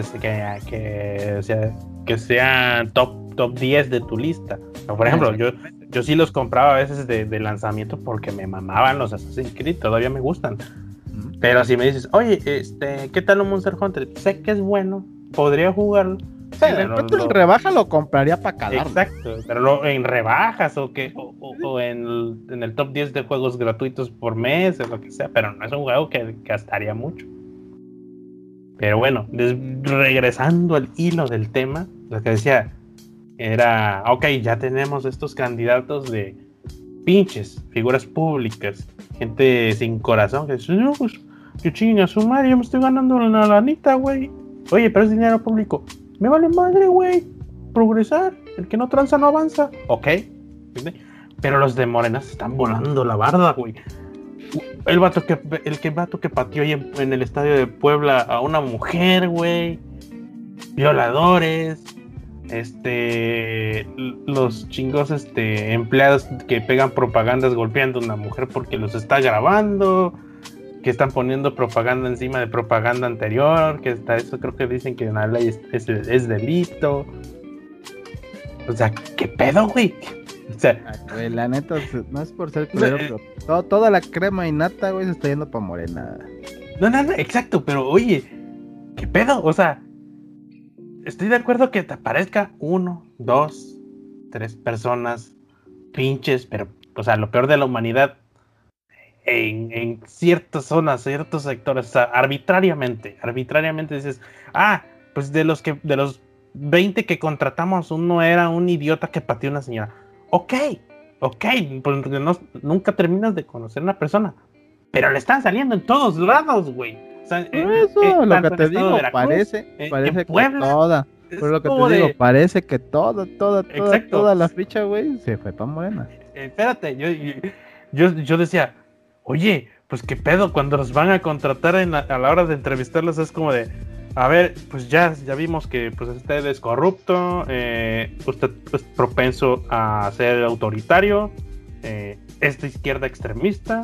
sea top 10 de tu lista. Pero, por ejemplo, yo sí los compraba a veces de lanzamiento porque me mamaban los Assassin's Creed, todavía me gustan. Pero si me dices, oye, ¿qué tal un Monster Hunter? Sé que es bueno, podría jugarlo. Si lo encuentro en rebaja, lo compraría para calarlo. Exacto, pero en rebajas o en el top 10 de juegos gratuitos por mes, o lo que sea, pero no es un juego que gastaría mucho. Pero bueno, regresando al hilo del tema, lo que decía era, ya tenemos estos candidatos de pinches figuras públicas, gente sin corazón, que dice, no, pues, que chinguen a su madre, yo me estoy ganando una lanita, güey. Oye, pero es dinero público. Me vale madre, güey. Progresar. El que no tranza no avanza. Ok. Pero los de Morena se están volando la barda, güey. El vato que pateó ahí en el estadio de Puebla a una mujer, güey. Violadores. Los chingos empleados que pegan propagandas golpeando a una mujer porque los está grabando, que están poniendo propaganda encima de propaganda anterior, que hasta eso creo que dicen que en la ley es delito. O sea, ¿qué pedo, güey? O sea, güey, la neta, no es por ser culero, pero toda la crema y nata, güey, se está yendo pa' Morena. No, exacto, pero oye, ¿qué pedo? O sea, estoy de acuerdo que te aparezca 1, 2, 3 personas pinches, pero, o sea, lo peor de la humanidad en ciertas zonas, ciertos sectores, o sea, arbitrariamente dices, pues de los 20 que contratamos, uno era un idiota que pateó a una señora. Ok, pues nunca terminas de conocer a una persona, pero le están saliendo en todos lados, güey. O sea, eso, lo que te digo, parece que toda. Por lo que te digo, parece que toda la ficha, güey, se fue para Morena. Espérate, yo decía, oye, pues qué pedo, cuando los van a contratar a la hora de entrevistarlos es como de, a ver, pues ya vimos que pues usted es corrupto, usted es propenso a ser autoritario, es de izquierda extremista,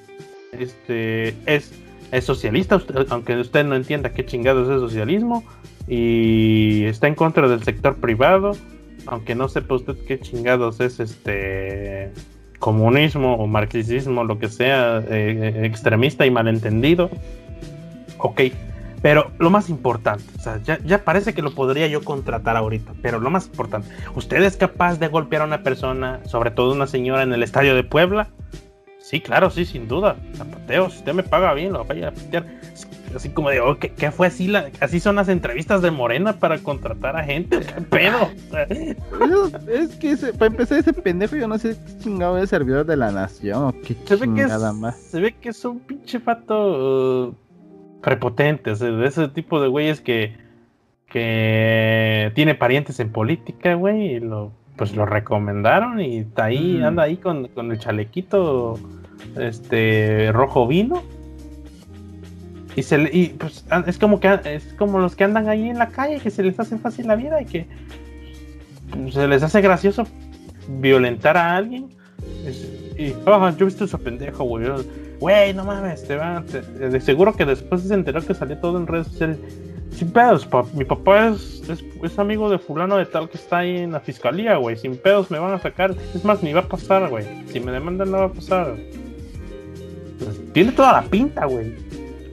es socialista, aunque usted no entienda qué chingados es socialismo, y está en contra del sector privado, aunque no sepa usted qué chingados es comunismo o marxismo, lo que sea, extremista y malentendido. Ok, pero lo más importante, o sea, ya parece que lo podría yo contratar ahorita, pero lo más importante, ¿usted es capaz de golpear a una persona, sobre todo una señora en el estadio de Puebla? Sí, claro, sí, sin duda. Zapateo, si usted me paga bien, lo vaya a patear. Así como de, ¿qué fue así? Así son las entrevistas de Morena para contratar a gente. ¿Qué pedo? Es que para empezar, ese pendejo, yo no sé qué chingado es servidor de la nación o qué chingada más. Se ve que es un pinche fato prepotente, o sea, de ese tipo de güeyes que tiene parientes en política, güey, y pues lo recomendaron y está ahí, anda ahí con el chalequito rojo vino. Y pues es como los que andan ahí en la calle, que se les hace fácil la vida y que se les hace gracioso violentar a alguien. Yo he visto ese pendejo, güey, no mames, de seguro que después se enteró que salió todo en redes sociales. Sin pedos, mi papá es amigo de fulano de tal que está ahí en la fiscalía, güey. Sin pedos me van a sacar. Es más, ni va a pasar, güey. Si me demandan no va a pasar. Pues, tiene toda la pinta, güey.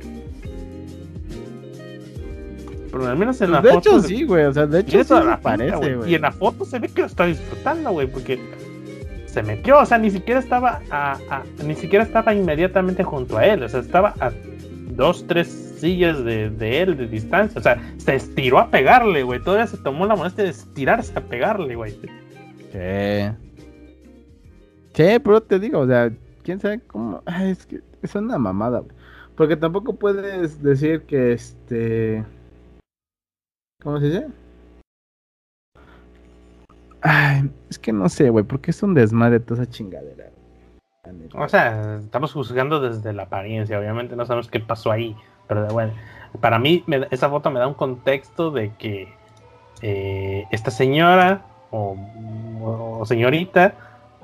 Pero al menos en la foto. De hecho, sí, güey. O sea, de hecho, sí me parece, güey. Y en la foto se ve que lo está disfrutando, güey. Porque se metió, o sea, ni siquiera estaba inmediatamente junto a él. O sea, estaba a 2-3 sillas de él, de distancia. O sea, se estiró a pegarle, güey. Todavía se tomó la molestia de estirarse a pegarle, güey. Sí, pero te digo, o sea, quién sabe cómo. Ay, es que es una mamada, güey. Porque tampoco puedes decir que ¿cómo se dice? Ay, es que no sé, güey, porque es un desmadre toda esa chingadera. O sea, estamos juzgando desde la apariencia, obviamente no sabemos qué pasó ahí, pero bueno, para mí esa foto me da un contexto de que esta señora o señorita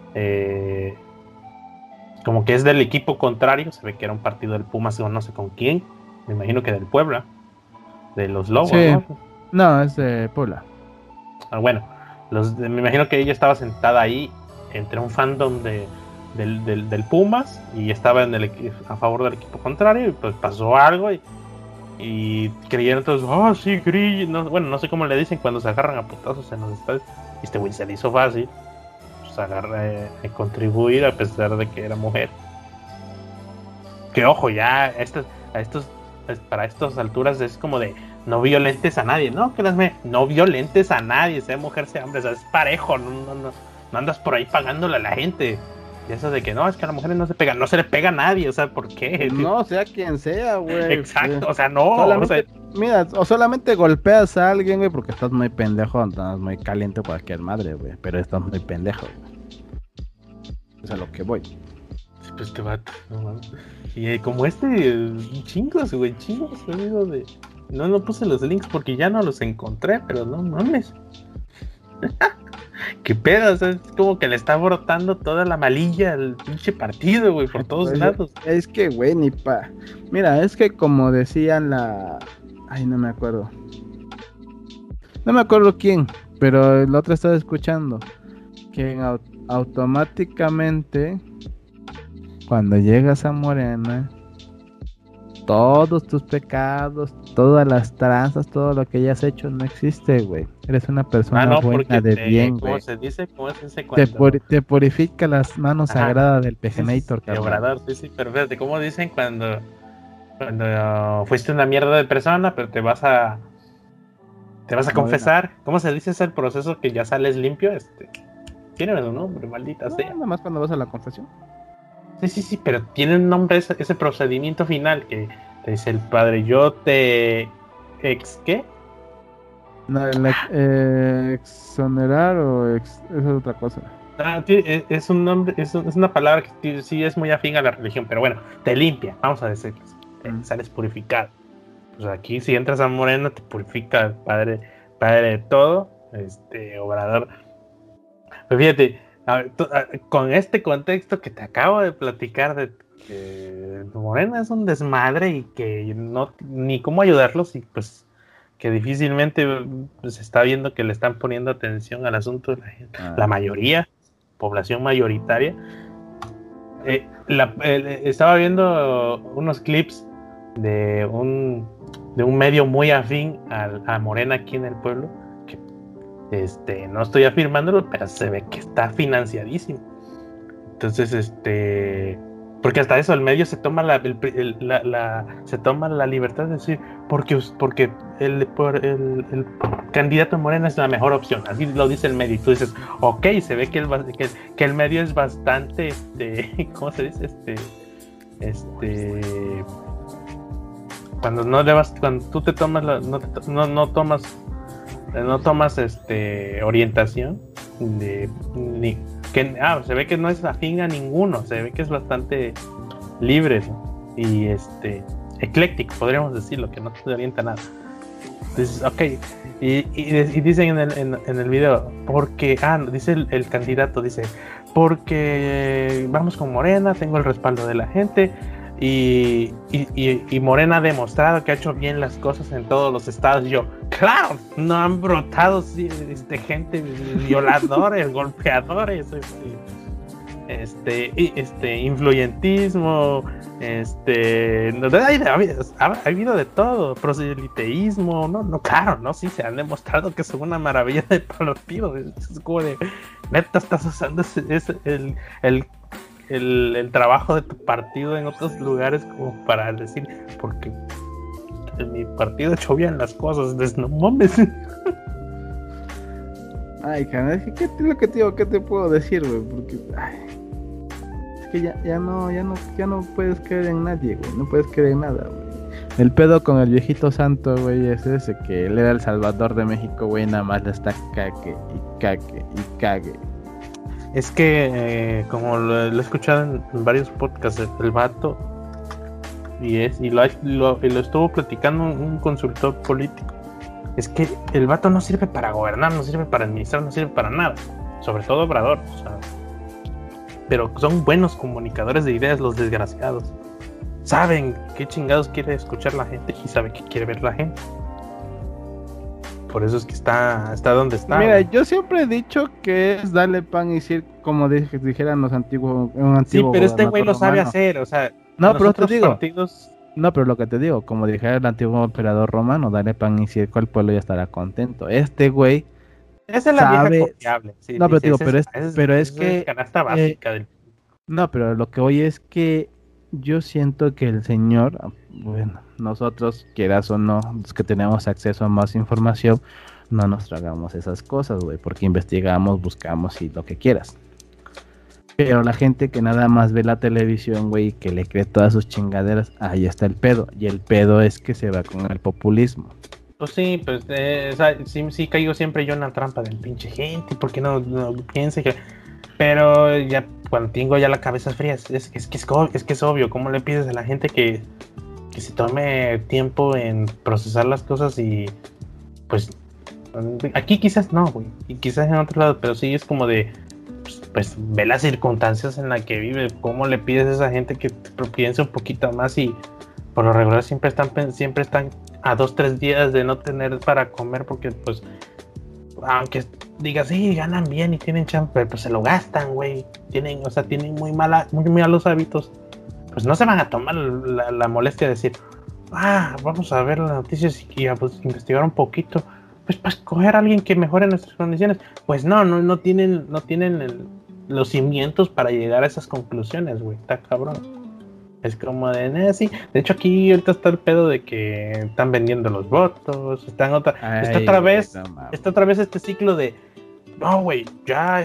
como que es del equipo contrario, se ve que era un partido del Pumas o no sé con quién, me imagino que del Puebla, de los Lobos, sí. ¿no? No, es de Puebla. Bueno, me imagino que ella estaba sentada ahí entre un fandom del Pumas y estaba a favor del equipo contrario y pues pasó algo y creyeron todos, sí, Grillo, no sé cómo le dicen cuando se agarran a putazos en los estadios, y este güey se le hizo fácil pues agarrar a contribuir a pesar de que era mujer. Que ojo, ya para estas alturas es como de no violentes a nadie, no violentes a nadie, sea mujer, sea hombre, o sea, es parejo, no andas por ahí pagándole a la gente. Y eso de que no, es que a las mujeres no se le pega a nadie, o sea, ¿por qué? No, sea quien sea, güey. Exacto, o sea, no. Mira, o solamente golpeas a alguien, güey, porque estás muy pendejo, estás muy caliente cualquier madre, güey, pero estás muy pendejo, güey. Es a lo que voy. Pues te vato, no mames. Y como chingos, amigo de... No puse los links porque ya no los encontré, pero no mames. ¿Qué pedo? O sea, es como que le está brotando toda la malilla al pinche partido, güey, por todos lados. Es que, güey, Mira, es que como decían Ay, no me acuerdo. No me acuerdo quién, pero el otro estaba escuchando que automáticamente cuando llegas a Morena, todos tus pecados, todas las tranzas, todo lo que hayas hecho no existe, güey. Eres una persona buena de bien, güey. ¿Cómo se dice? ¿Cómo es ese cuando? Te purifica las manos sagradas del Pejenator, cabrón. Obrador, sí, pero fíjate, ¿cómo dicen cuando fuiste una mierda de persona, pero te vas a confesar? ¿Cómo se dice? Es el proceso que ya sales limpio, tiene un nombre, maldita sea. Nada más cuando vas a la confesión. Sí, pero tiene un nombre ese procedimiento final que te dice el padre, yo te ¿qué? No, exonerar es otra cosa. Es un nombre, es una palabra que sí es muy afín a la religión, pero bueno, te limpia, vamos a decirlo, sales purificado. Pues aquí si entras a Morena te purifica el padre de todo, Obrador. Pero fíjate, con este contexto que te acabo de platicar de que Morena es un desmadre y que no ni cómo ayudarlos y pues que difícilmente se está viendo que le están poniendo atención al asunto de la mayoría, población mayoritaria. Estaba viendo unos clips de un medio muy afín a Morena aquí en el pueblo, que no estoy afirmándolo, pero se ve que está financiadísimo. Entonces, porque hasta eso el medio se toma se toma la libertad de decir porque el candidato de Morena es la mejor opción, así lo dice el medio, y tú dices, ok, se ve que el medio es bastante, ¿cómo se dice? Cuando tú te tomas no tomas orientación se ve que no es afín a ninguno, se ve que es bastante libre, ¿no? Y ecléctico, podríamos decirlo, que no te orienta a nada. Entonces, ok, y dicen en el video, porque, dice el candidato, dice, porque vamos con Morena, tengo el respaldo de la gente, y Morena ha demostrado que ha hecho bien las cosas en todos los estados. Y yo, claro, no han brotado gente, violadores, golpeadores, influyentismo, ha habido de todo, proseliteísmo, no, claro, no, sí, se han demostrado que son una maravilla de partido. Es como de, neta, estás usando el trabajo de tu partido en otros lugares como para decir, porque en mi partido he hecho bien las cosas, no mames. Ay, canal, ¿qué es lo que te digo? ¿Qué te puedo decir, güey? Porque es que ya no puedes creer en nadie, güey. No puedes creer en nada, güey. El pedo con el viejito santo, güey, es ese, que él era el salvador de México, güey, nada más le está cague y cague y cague. Es que, como lo he escuchado en varios podcasts, el vato, y lo estuvo platicando un consultor político, es que el vato no sirve para gobernar, no sirve para administrar, no sirve para nada, sobre todo Obrador, o sea, pero son buenos comunicadores de ideas los desgraciados, saben qué chingados quiere escuchar la gente y sabe qué quiere ver la gente. Por eso es que está donde está. Mira, yo siempre he dicho que es darle pan y circo, como dijeran los antiguos. Sí, pero este güey lo sabe hacer, o sea. No, pero te digo. No, pero lo que te digo, como dijera el antiguo emperador romano, darle pan y circo al pueblo ya estará contento. Este güey. Esa es la vieja confiable. Sí, no, pero digo, pero es que. Canasta básica del. No, pero lo que hoy es que yo siento que el señor, bueno, nosotros, quieras o no, los que tenemos acceso a más información, no nos tragamos esas cosas, güey, porque investigamos, buscamos y lo que quieras. Pero la gente que nada más ve la televisión, güey, que le cree todas sus chingaderas, ahí está el pedo. Y el pedo es que se va con el populismo. Pues sí, pues sí caigo siempre yo en la trampa del pinche gente, porque no piense que... Pero ya cuando tengo ya la cabeza fría, es que es obvio. ¿Cómo le pides a la gente que se tome tiempo en procesar las cosas? Y pues aquí quizás no, güey, y quizás en otro lado, pero sí es como de pues ve las circunstancias en las que vive. ¿Cómo le pides a esa gente que piense un poquito más? Y por lo regular siempre están a 2-3 días de no tener para comer, porque pues aunque digas, sí, ganan bien y tienen chamba, pero pues se lo gastan, güey. Tienen muy malos hábitos. Pues no se van a tomar la molestia de decir, vamos a ver las noticias y pues, investigar un poquito, pues para escoger a alguien que mejore nuestras condiciones. Pues no tienen los cimientos para llegar a esas conclusiones, güey. Está cabrón. Es como sí. De hecho, aquí ahorita está el pedo de que están vendiendo los votos. Está otra vez este ciclo de no, güey, ya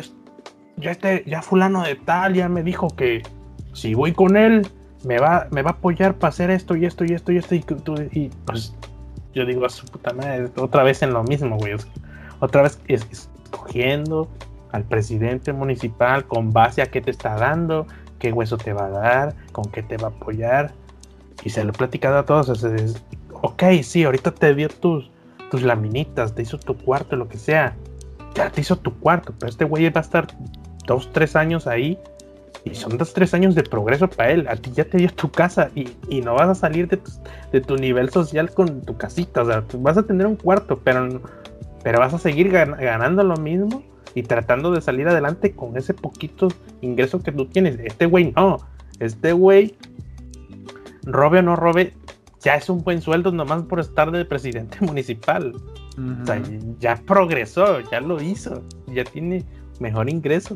fulano de tal ya me dijo que si voy con él me va a apoyar para hacer esto y esto y esto y esto, y pues yo digo, a su puta madre, otra vez en lo mismo, güey. Otra vez escogiendo al presidente municipal con base a qué te está dando, qué hueso te va a dar, con qué te va a apoyar. Y se lo he platicado a todos. Ok, sí, ahorita te dio tus laminitas, te hizo tu cuarto, lo que sea. Ya te hizo tu cuarto, pero este güey va a estar 2-3 años ahí. Y son 2-3 años de progreso para él. A ti ya te dio tu casa y no vas a salir de tu nivel social con tu casita. O sea, vas a tener un cuarto, pero vas a seguir ganando lo mismo y tratando de salir adelante con ese poquito ingreso que tú tienes. Este güey no. Este güey, robe o no robe, ya es un buen sueldo nomás por estar de presidente municipal. Uh-huh. O sea, ya progresó, ya lo hizo, ya tiene mejor ingreso.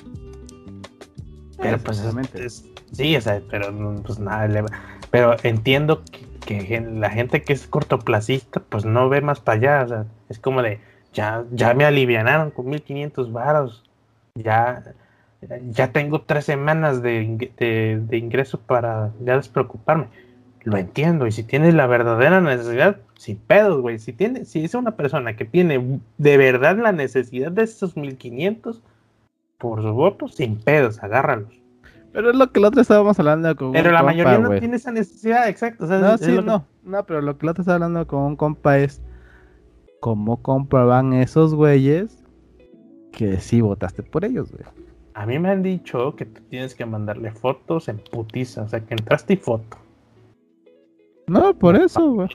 Pero pues sí, o sea, pero pues nada, pero entiendo que la gente que es cortoplacista pues no ve más para allá. O sea, es como de ya me alivianaron con 1,500 varos, ya tengo 3 semanas de ingreso para ya despreocuparme. Lo entiendo, y si tienes la verdadera necesidad, sin pedos, güey. Si es una persona que tiene de verdad la necesidad de esos 1,500, por su voto, sin pedos, agárralos. Pero es lo que el otro estábamos hablando con Pero un la compa, mayoría no güey. tiene esa necesidad, exacto. O sea, No, es sí, lo que... no, pero lo que el otro está hablando con un compa es cómo comproban esos güeyes que sí votaste por ellos, güey. A mí me han dicho que tú tienes que mandarle fotos en putiza, o sea, que entraste y foto. No, por eso, güey.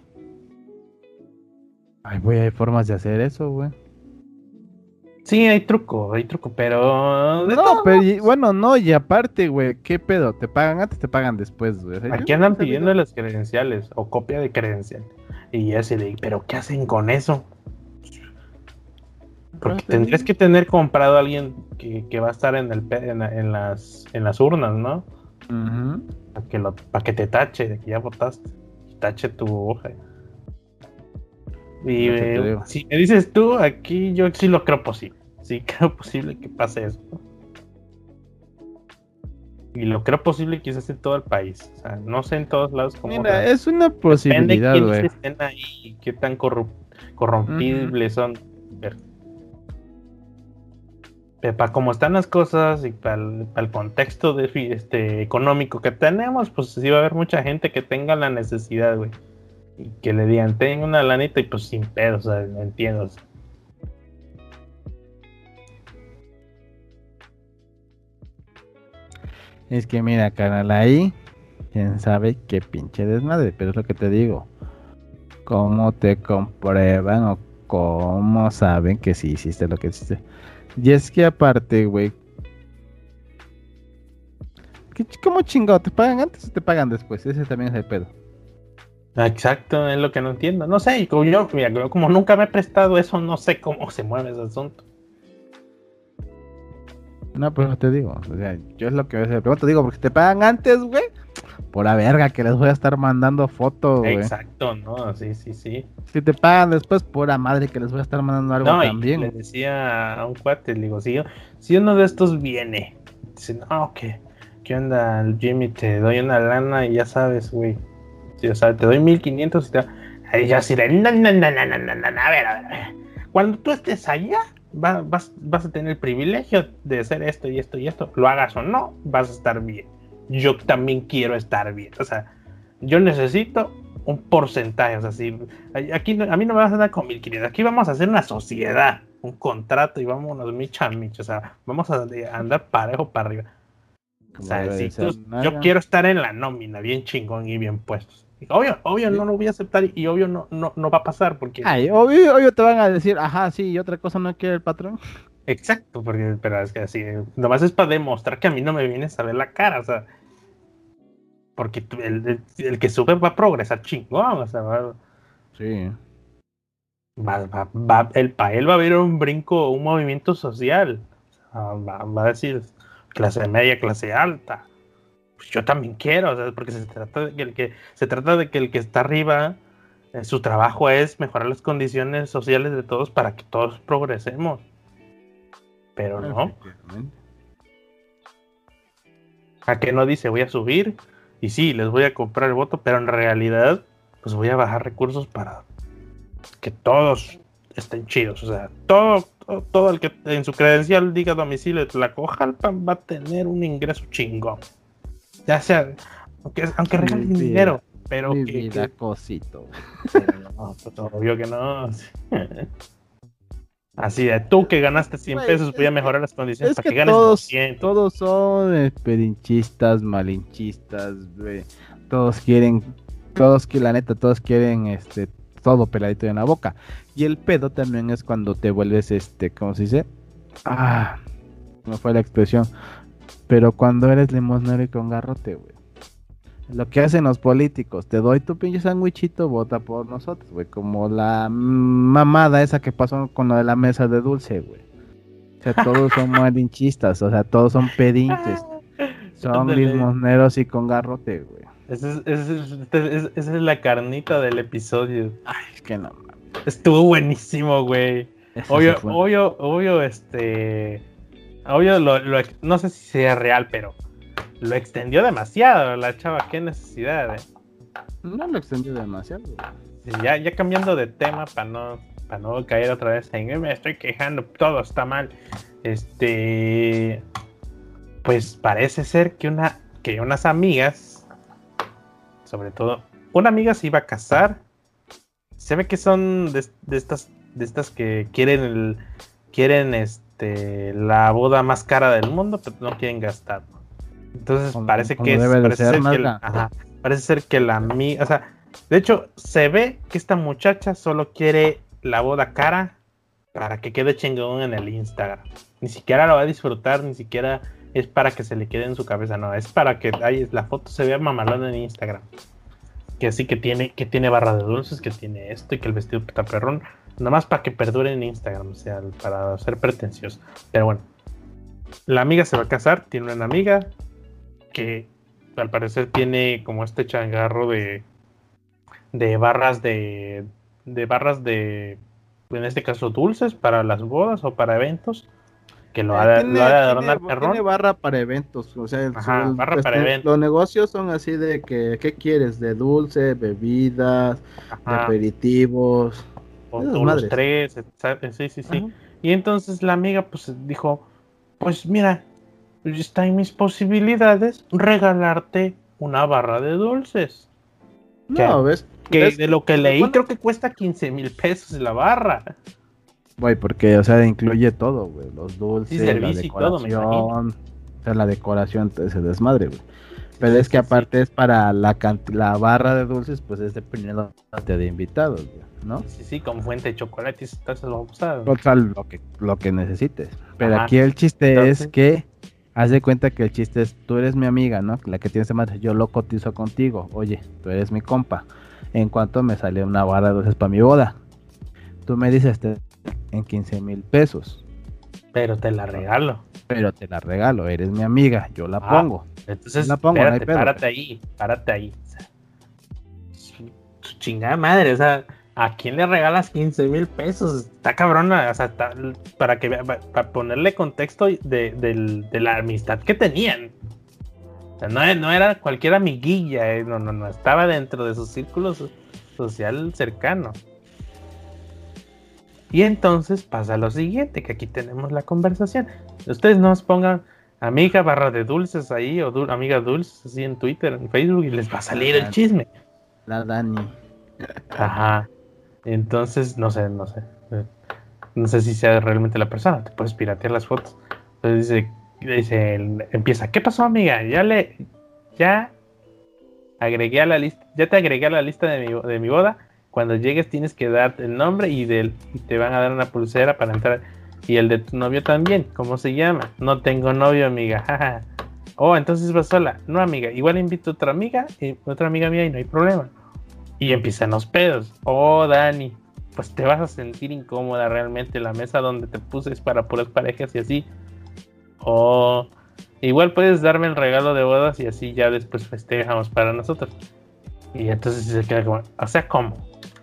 Ay, güey, hay formas de hacer eso, güey. Sí, hay truco, pero... No, pero bueno, no, y aparte, güey, ¿qué pedo? ¿Te pagan antes, te pagan después, güey? O sea, Aquí andan pidiendo las credenciales o copia de credencial. Y ya se le ¿pero qué hacen con eso? Porque tendrías que tener comprado a alguien que va a estar en las urnas, ¿no? Uh-huh. Para que te tache de que ya votaste. Tache tu hoja. Y si me dices tú, aquí yo sí lo creo posible. Sí creo posible que pase eso. Y lo creo posible que quizás en todo el país. O sea, no sé en todos lados cómo. Mira, es una posibilidad, güey. Depende de quiénes estén ahí, qué tan corrompibles son. Para cómo están las cosas y para el contexto económico que tenemos, pues sí va a haber mucha gente que tenga la necesidad, güey. Y que le digan, tengo una lanita y pues sin pedo, o sea, no entiendo. O sea. Es que mira, carnal, ahí, quién sabe qué pinche desmadre, pero es lo que te digo. ¿Cómo te comprueban o cómo saben que sí hiciste lo que hiciste? Y es que aparte, güey, ¿cómo chingado? ¿Te pagan antes o te pagan después? Ese también es el pedo. Exacto, es lo que no entiendo. No sé, y yo como nunca me he prestado eso, no sé cómo se mueve ese asunto. No, pero te digo, o sea, yo es lo que a veces pregunto, digo, porque te pagan antes, güey, por la verga que les voy a estar mandando fotos, güey. Exacto, no, sí. Si te pagan después, pura madre que les voy a estar mandando algo también. Y le decía a un cuate, le digo, si uno de estos viene, dice, no, ¿qué onda, Jimmy? Te doy una lana y ya sabes, güey. Sí, o sea, te doy 1500 y te... Ahí ya diré, no, a ver. Cuando tú estés allá, vas a tener el privilegio de hacer esto y esto y esto. Lo hagas o no, vas a estar bien. Yo también quiero estar bien. O sea, yo necesito un porcentaje. O sea, si aquí a mí no me vas a dar con 1500. Aquí vamos a hacer una sociedad, un contrato y vámonos micha. O sea, vamos a andar parejo para arriba. O sea, yo quiero estar en la nómina, bien chingón y bien puestos. Obvio no lo voy a aceptar y obvio no va a pasar porque... Ay, obvio te van a decir, ajá, sí, y otra cosa no quiere el patrón. Exacto, pero es que así, nomás es para demostrar que a mí no me vienes a ver la cara, o sea, porque el que sube va a progresar chingón, o sea, sí. Para él va a haber un brinco, un movimiento social, o sea, va a decir clase media, clase alta. Pues yo también quiero, o sea, porque se trata de que el que está arriba, su trabajo es mejorar las condiciones sociales de todos para que todos progresemos. Pero no. ¿A qué no dice voy a subir? Y sí, les voy a comprar el voto, pero en realidad, pues voy a bajar recursos para que todos estén chidos. O sea, todo el que en su credencial diga domicilio de Tlacojalpan va a tener un ingreso chingón. Ya sea, aunque regalen dinero, pero mi vida, cosito. No, pues, obvio que no. Así de tú que ganaste 100 pesos, voy a mejorar las condiciones para que ganes 200. Todos son pedinchistas, malinchistas, güey. Todos quieren, la neta, todos quieren todo peladito en la boca. Y el pedo también es cuando te vuelves ¿cómo se dice? Me fue la expresión. Pero cuando eres limosnero y con garrote, güey. Lo que hacen los políticos, te doy tu pinche sandwichito, vota por nosotros, güey. Como la mamada esa que pasó con lo de la mesa de dulce, güey. O sea, todos son malinchistas, o sea, todos son pedintes. Son limosneros y con garrote, güey. Esa es la carnita del episodio. Ay, es que no. Estuvo buenísimo, güey. Obvio, no sé si sea real, pero lo extendió demasiado la chava, qué necesidad, No lo extendió demasiado, güey. Sí, ya cambiando de tema para no para no caer otra vez en me estoy quejando, todo está mal. Pues parece ser que unas amigas, sobre todo una amiga se iba a casar. Se ve que son de estas que quieren la boda más cara del mundo, pero no quieren gastar. Entonces parece ser que la amiga, o sea, de hecho se ve que esta muchacha solo quiere la boda cara para que quede chingón en el Instagram. Ni siquiera lo va a disfrutar, ni siquiera es para que se le quede en su cabeza, no, es para que la foto se vea mamalona en Instagram. Que así que tiene barra de dulces, que tiene esto y que el vestido está perrón, nada más para que perdure en Instagram, o sea, para ser pretencioso. Pero bueno, la amiga se va a casar, tiene una amiga que al parecer tiene como este changarro de barras de en este caso dulces para las bodas o para eventos, que lo ha de adornar perrón. Tiene barra para eventos, o sea, barra para eventos. Los negocios son así de que, ¿qué quieres? De dulce, bebidas, de aperitivos, o los tres, sí. Ajá. Y entonces la amiga pues dijo, pues mira, está en mis posibilidades regalarte una barra de dulces. No, ¿ves? De lo que leí, creo que cuesta 15,000 pesos la barra. Güey, porque, o sea, incluye todo, güey, los dulces, la decoración, o sea, la decoración, ese desmadre, güey. Pero es que aparte es para la barra de dulces, pues es dependiendo de invitados, güey, ¿no? Sí, con fuente de chocolate, entonces lo va a gustar. Total, lo que necesites. Pero aquí el chiste es que, haz de cuenta que el chiste es, tú eres mi amiga, ¿no? La que tienes madre, yo lo cotizo contigo, oye, tú eres mi compa. En cuanto me sale una barra de dulces para mi boda, tú me dices, en 15,000 pesos. Pero te la regalo. Eres mi amiga, yo la pongo. Entonces, espérate, párate ahí. O sea, su chingada madre, o sea, ¿a quién le regalas 15,000 pesos? Está cabrona, o sea, para ponerle contexto de la amistad que tenían. O sea, no era cualquier amiguilla, no, estaba dentro de su círculo social cercano. Y entonces pasa lo siguiente, que aquí tenemos la conversación. Ustedes nos pongan amiga barra de dulces ahí, o amiga dulces así en Twitter, en Facebook, y les va a salir el chisme. La Dani. Ajá. Entonces, no sé. No sé si sea realmente la persona, te puedes piratear las fotos. Entonces empieza, ¿qué pasó, amiga? Ya agregué a la lista, ya te agregué a la lista de mi boda. Cuando llegues tienes que dar el nombre y te van a dar una pulsera para entrar. Y el de tu novio también. ¿Cómo se llama? No tengo novio, amiga. Jaja. Oh, entonces vas sola. No, amiga. Igual invito a otra amiga mía y no hay problema. Y empiezan los pedos. Oh, Dani, pues te vas a sentir incómoda realmente. La mesa donde te puse es para puras parejas y así. Oh, igual puedes darme el regalo de bodas y así ya después festejamos para nosotros. Y entonces se queda como, o sea, ¿cómo?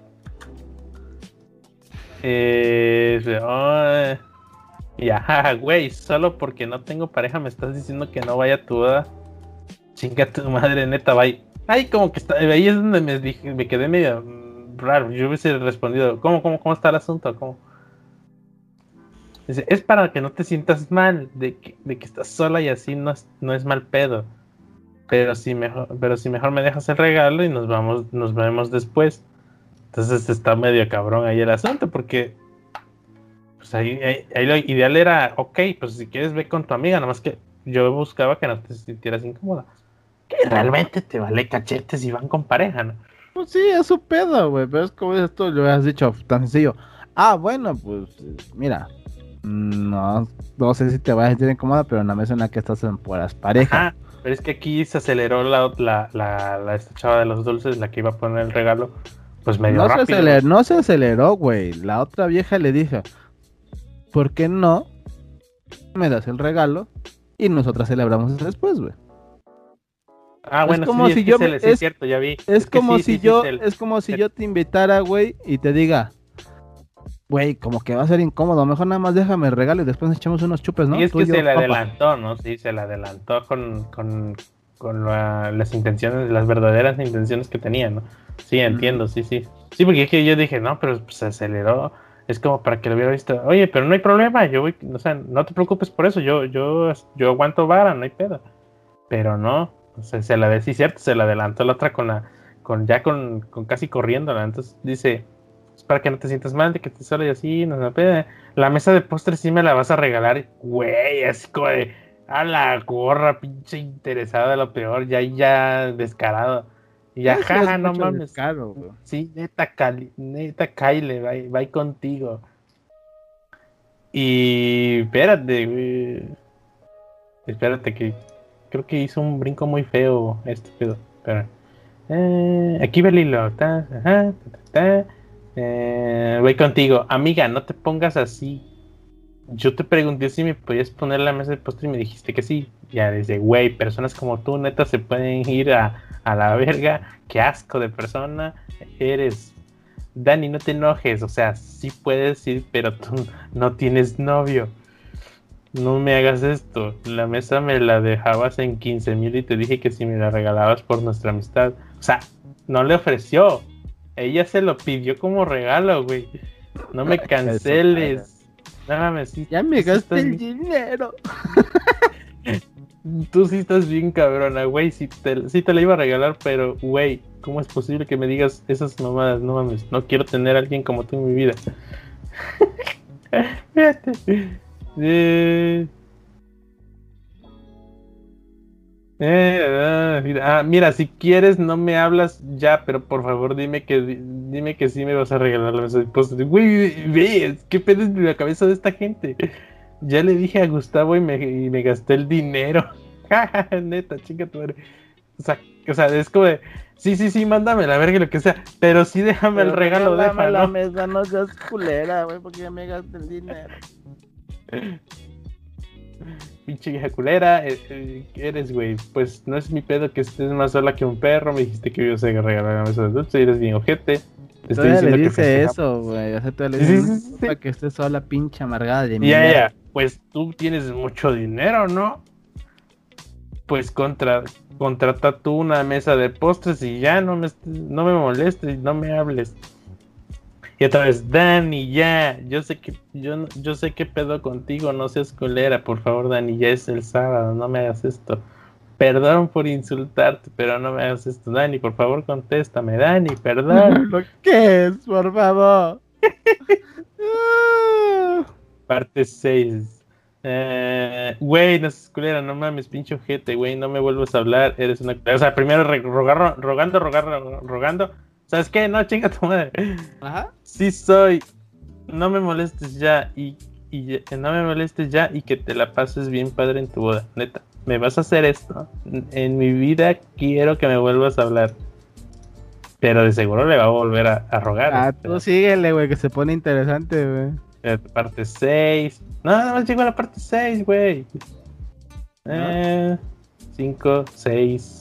Ya, güey, solo porque no tengo pareja me estás diciendo que no vaya a tu boda. Chinga tu madre, neta, vaya. Ay, como que está, ahí es donde me quedé medio raro. Yo hubiese respondido, ¿cómo está el asunto? ¿Cómo? Dice, es para que no te sientas mal de que estás sola y así no es mal pedo. Pero si mejor me dejas el regalo y nos vemos después. Entonces está medio cabrón ahí el asunto, porque pues ahí lo ideal era, ok, pues si quieres ve con tu amiga, nada más que yo buscaba que no te sintieras incómoda. Que realmente te vale cachetes si van con pareja, ¿no? Pues sí, es su pedo, güey, pero es como esto lo has dicho tan sencillo. Ah, bueno, pues mira, no sé si te vas a sentir incómoda, pero en la mesa en la que estás en puras parejas. Ajá, pero es que aquí se aceleró esta chava de los dulces, la que iba a poner el regalo. Pues medio rápido. No se aceleró, güey. La otra vieja le dijo, ¿por qué no me das el regalo y nosotras celebramos después, güey? Ah, bueno, es como sí, es cierto, ya vi. Es como si yo te invitara, güey, y te diga, güey, como que va a ser incómodo, mejor nada más déjame el regalo y después echamos unos chupes, ¿no? Y es que se le adelantó, ¿no? Sí, se le adelantó con las intenciones, las verdaderas intenciones que tenía, ¿no? Sí, entiendo, sí. Sí, porque es que yo dije, no, pero pues, se aceleró. Es como para que lo hubiera visto. Oye, pero no hay problema, yo voy, o sea, no te preocupes por eso, yo aguanto vara, no hay pedo. Pero no, o sea, sí, cierto, se la adelantó la otra con casi corriéndola. Entonces dice, es para que no te sientas mal de que estés sola y así, no se pede. La mesa de postres sí me la vas a regalar, güey, así como de, a la gorra, pinche interesada, lo peor, ya descarado. Y ya, jaja, no mames. Descaro, sí, neta, Kyle, va contigo. Y espérate, güey. Espérate que creo que hizo un brinco muy feo este pedo. Espera. Aquí va el hilo. Voy contigo. Amiga, no te pongas así. Yo te pregunté si me podías poner la mesa de postre y me dijiste que sí. Ya desde, güey, personas como tú, neta, se pueden ir a la verga. Qué asco de persona eres. Dani, no te enojes. O sea, sí puedes ir, pero tú no tienes novio. No me hagas esto. La mesa me la dejabas en 15,000 y te dije que si me la regalabas por nuestra amistad. O sea, no le ofreció. Ella se lo pidió como regalo, güey. No me canceles. No mames, sí, ya me gasté el dinero. Tú sí estás bien cabrona, güey. Sí te la iba a regalar, pero, güey, ¿cómo es posible que me digas esas mamadas? No mames, no quiero tener a alguien como tú en mi vida. Fíjate. Mira, si quieres no me hablas ya, pero por favor dime que sí me vas a regalar la mesa de postres. Güey, ve, ¿qué pedo es la cabeza de esta gente? Ya le dije a Gustavo y me gasté el dinero. Neta, chinga tu madre. O sea, es como de, sí, mándame la verga lo que sea, pero sí déjame el regalo, déjame la mesa, no seas culera, güey, porque ya me gasté el dinero. Pinche vieja culera, eres, güey. Pues no es mi pedo que estés más sola que un perro. Me dijiste que ibas a regalar la mesa de dulce y eres bien ojete. Te estoy diciendo le dice eso, güey. O sea, tú le dices para que estés sola, pinche amargada de mierda. Ya. Pues tú tienes mucho dinero, ¿no? Pues contrata tú una mesa de postres y ya no me molestes, no me hables. Y otra vez, Dani, ya, yo sé qué pedo contigo, no seas culera, por favor, Dani, ya es el sábado, no me hagas esto. Perdón por insultarte, pero no me hagas esto, Dani, por favor, contéstame, Dani, perdón. ¿Lo que es, por favor? Parte 6. Güey, no seas culera, no mames, pinche ojete, güey, no me vuelvas a hablar, eres una... O sea, primero rogando. ¿Sabes qué? No, chinga tu madre. Ajá. Sí soy. No me molestes ya no me molestes ya y que te la pases bien padre en tu boda. Neta, me vas a hacer esto. En mi vida quiero que me vuelvas a hablar. Pero de seguro le va a volver a rogar. Tú síguele, güey, que se pone interesante, güey. Parte 6. No, nada más llegó a la parte 6, güey. 5, 6.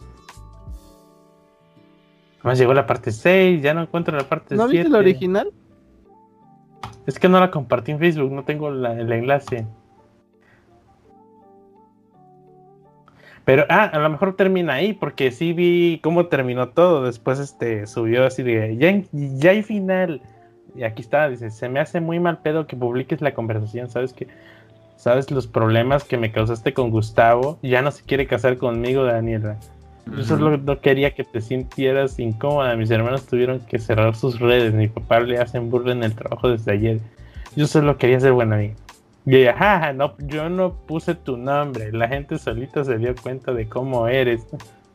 Más llegó la parte 6, ya no encuentro la parte 7. ¿No viste la original? Es que no la compartí en Facebook, no tengo el enlace. Pero, a lo mejor termina ahí, porque sí vi cómo terminó todo. Después subió así de, ya hay final. Y aquí está, dice, se me hace muy mal pedo que publiques la conversación, ¿sabes los problemas que me causaste con Gustavo? Ya no se quiere casar conmigo, Daniela. Yo solo no quería que te sintieras incómoda. Mis hermanos tuvieron que cerrar sus redes. Mi papá le hacen burla en el trabajo desde ayer. Yo solo quería ser buena amiga. Y ella, no, yo no puse tu nombre. La gente solita se dio cuenta de cómo eres.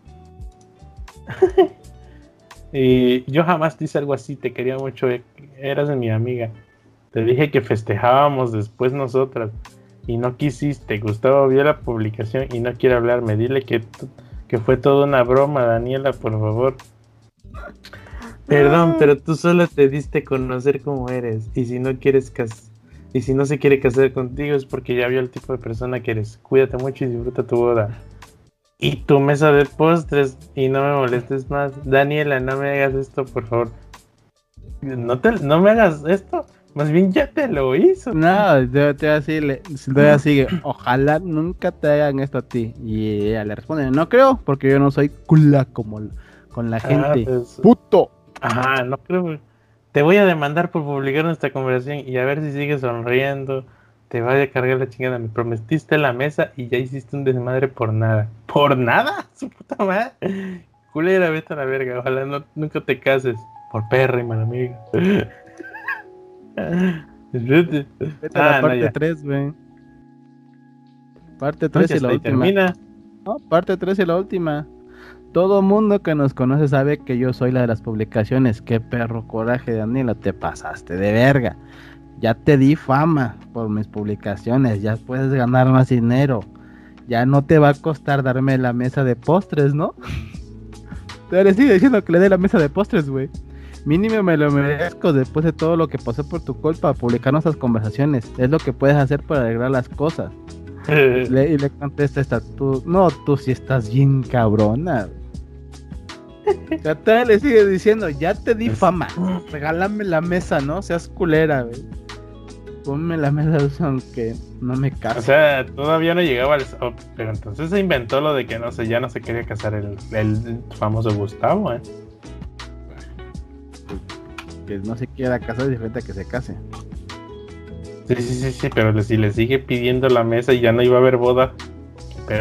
Y yo jamás te hice algo así. Te quería mucho. Eras mi amiga. Te dije que festejábamos después nosotras. Y no quisiste. Gustavo vio la publicación y no quiere hablarme. Dile que fue toda una broma, Daniela, por favor. Perdón, pero tú solo te diste a conocer cómo eres. Y si no se quiere casar contigo es porque ya vio el tipo de persona que eres. Cuídate mucho y disfruta tu boda. Y tu mesa de postres. Y no me molestes más. Daniela, no me hagas esto, por favor. No me hagas esto. Más bien ya te lo hizo. No, todavía sigue. Ojalá nunca te hagan esto a ti. Y ella le responde, no creo, porque yo no soy cula como con la gente. Pues, ¡puto! Ajá, no creo. te voy a demandar por publicar nuestra conversación y a ver si sigues sonriendo. Te vaya a cargar la chingada. Me prometiste la mesa y ya hiciste un desmadre por nada. ¿Por nada? Su puta madre. Culera, vete a la verga. Ojalá nunca te cases. Por perra y mala amiga. Vete a la parte 3, güey. Parte 3 y la última. Termina. No, parte 3 y la última. Todo mundo que nos conoce sabe que yo soy la de las publicaciones. Qué perro coraje, Daniela, te pasaste de verga. Ya te di fama por mis publicaciones, ya puedes ganar más dinero. Ya no te va a costar darme la mesa de postres, ¿no? Te le sigo diciendo que le dé la mesa de postres, güey. Mínimo me lo merezco después de todo lo que pasó por tu culpa, publicar nuestras conversaciones. Es lo que puedes hacer para arreglar las cosas. Y le contesta esta, tú sí estás bien cabrona. Todavía le sigue diciendo, ya te di fama, regálame la mesa, ¿no? Seas culera, güey. Ponme la mesa aunque no me case. O sea, todavía no llegaba al... pero entonces se inventó lo de que no sé, ya no se quería casar el famoso Gustavo, Que no se quiera casar es diferente a que se case. Sí, pero si le sigue pidiendo la mesa y ya no iba a haber boda. Pero...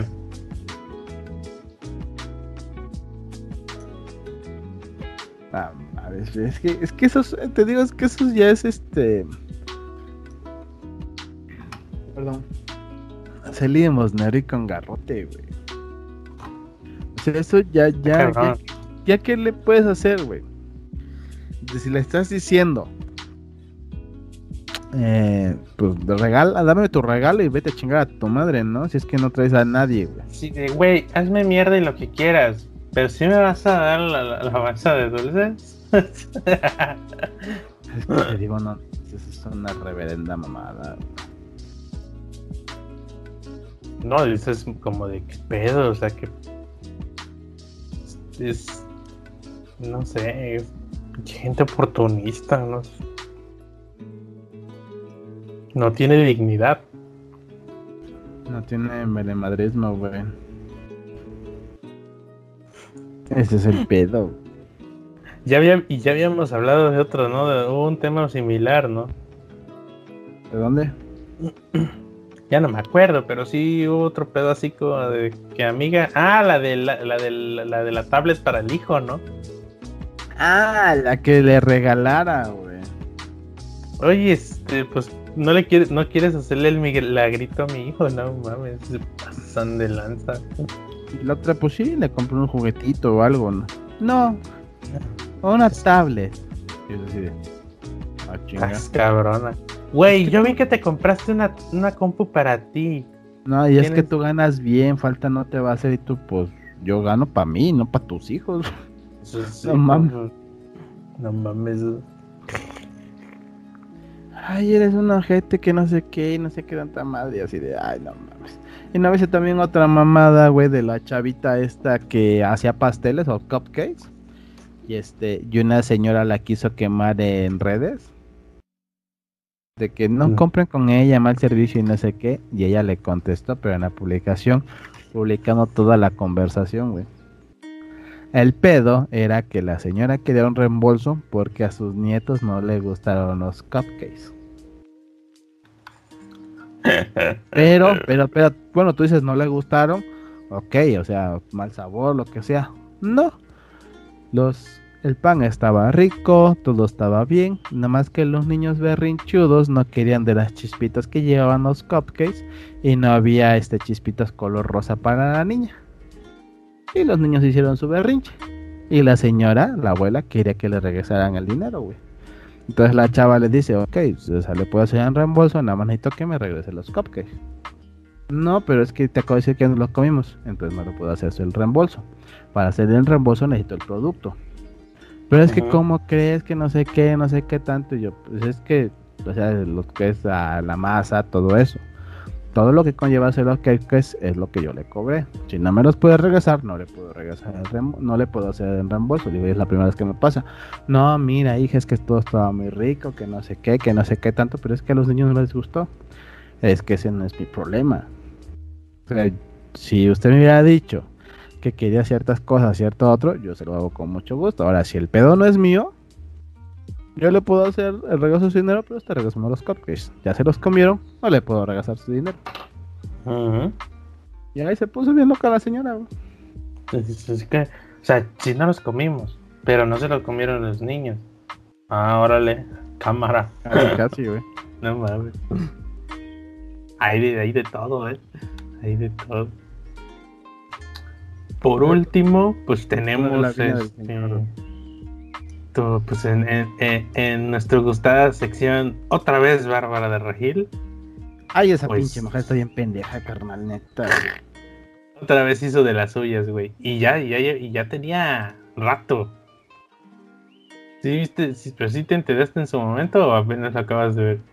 a ver, es que eso, te digo, es que eso ya es Perdón. Se limosnero y con garrote, güey. O sea, eso ya ¿qué le puedes hacer, güey? Si le estás diciendo, pues dame tu regalo y vete a chingar a tu madre, ¿no? Si es que no traes a nadie, güey. Sí, güey, hazme mierda y lo que quieras, pero si me vas a dar la masa de dulces. Es que te digo, no, eso es una reverenda mamada, güey. No, dices como de qué pedo, o sea que es no sé, gente oportunista, no tiene dignidad. No tiene melemadrismo, güey. Ese es el pedo. Ya habíamos hablado de otro, ¿no? Hubo un tema similar, ¿no? ¿De dónde? Ya no me acuerdo, pero sí hubo otro pedo así como de que amiga... Ah, la de la tablet para el hijo, ¿no? Ah, la que le regalara, güey. Oye, pues no quieres hacerle el milagrito a mi hijo, no mames, se pasan de lanza. Y la otra, pues sí, le compré un juguetito o algo, ¿no? No, una tablet. Y es así de... Ah, chinga. Cabrona. Güey, yo vi que te compraste una compu para ti. No, y es que tú ganas bien, falta no te va a hacer y tú, pues, yo gano para mí, no para tus hijos. Sí, no mames. No mames. Ay, eres un ojete que no sé qué, y no sé qué tanta madre, así de, ay, no mames. Y no ves también otra mamada, güey, de la chavita esta que hacía pasteles o cupcakes. Y una señora la quiso quemar en redes. De que no compren con ella, mal servicio y no sé qué. Y ella le contestó, pero en la publicación, publicando toda la conversación, güey. El pedo era que la señora quería un reembolso porque a sus nietos no les gustaron los cupcakes. Pero, bueno, tú dices no le gustaron, ok, o sea, mal sabor, lo que sea. No, el pan estaba rico, todo estaba bien, nada más que los niños berrinchudos no querían de las chispitas que llevaban los cupcakes y no había chispitas color rosa para la niña. Y los niños hicieron su berrinche. Y la señora, la abuela, quería que le regresaran el dinero, güey. Entonces la chava le dice, ok, o sea, le puedo hacer un reembolso, nada más necesito que me regrese los cupcakes. No, pero es que te acabo de decir que no los comimos, entonces no lo puedo hacer el reembolso. Para hacer el reembolso necesito el producto. Pero es que ¿cómo crees que no sé qué tanto? Y yo, pues es que, o sea, lo que es la masa, todo eso. Todo lo que conlleva hacer los cupcakes es lo que yo le cobré. Si no me los puede regresar, no le puedo regresar no le puedo hacer el reembolso. Digo, es la primera vez que me pasa. No, mira, hija, es que todo estaba muy rico, que no sé qué tanto, pero es que a los niños no les gustó. Es que ese no es mi problema. O sea, si usted me hubiera dicho que quería ciertas cosas, cierto otro, yo se lo hago con mucho gusto. Ahora, si el pedo no es mío, Yo le puedo hacer el regreso de su dinero, pero este regresó los cupcakes. Ya se los comieron, no le puedo regresar su dinero. Y ahí se puso bien loca la señora, güey. Es que, o sea, sí nos los comimos, pero no se los comieron los niños. Ah, órale, cámara. Casi, güey. No mames. Hay de todo, Hay de todo. Por último, pues tenemos pues en nuestra gustada sección, otra vez Bárbara de Regil. Ay, esa pues, pinche mujer está bien pendeja, carnal, neta. Otra vez hizo de las suyas, güey. Y ya tenía rato. ¿Sí viste? ¿Pero sí te enteraste en su momento o apenas lo acabas de ver?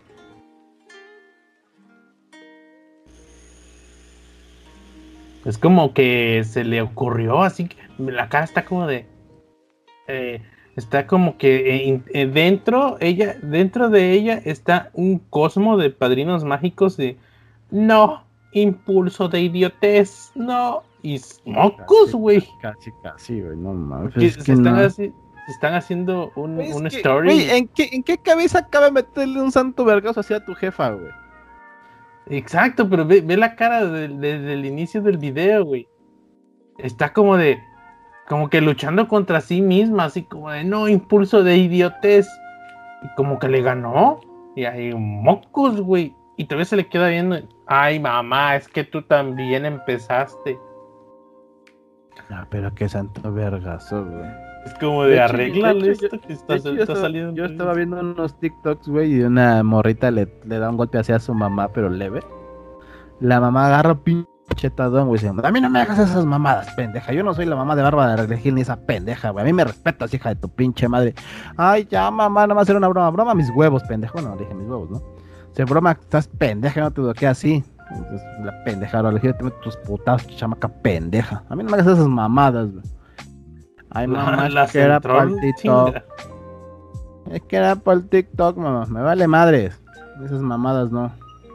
Es como que se le ocurrió, así que la cara está como de... está como que dentro de ella está un cosmo de padrinos mágicos de... No, impulso de idiotez, no. Y mocos, güey. Casi, güey, no mames. Están haciendo un story. Güey, ¿en qué cabeza cabe meterle un santo vergazo hacia tu jefa, güey? Exacto, pero ve la cara desde el inicio del video, güey. Está como que luchando contra sí misma, así como de no, impulso de idiotez. Y como que le ganó. Y hay mocos, güey. Y todavía se le queda viendo. Ay, mamá, es que tú también empezaste. Ah, pero qué santo vergazo, güey. Es como de arreglarle esto que está saliendo. Yo estaba viendo unos TikToks, güey, y una morrita le da un golpe hacia su mamá, pero leve. La mamá agarra pinchetadón, güey, diciendo, a mí no me hagas esas mamadas, pendeja. Yo no soy la mamá de Bárbara de Regil ni esa pendeja, güey. A mí me respetas, hija de tu pinche madre. Ay, ya, mamá, no va a ser una broma. Broma mis huevos, pendejo. Bueno, dije mis huevos, ¿no? Si broma, estás pendeja, no te bloquea así. Entonces, la pendeja, ahora le te metes tus putazos, chamaca pendeja. A mí no me hagas esas mamadas, güey. Ay, mamá, es que era para el TikTok. Es que era para el TikTok, mamá. Me vale madres. Esas mamadas no.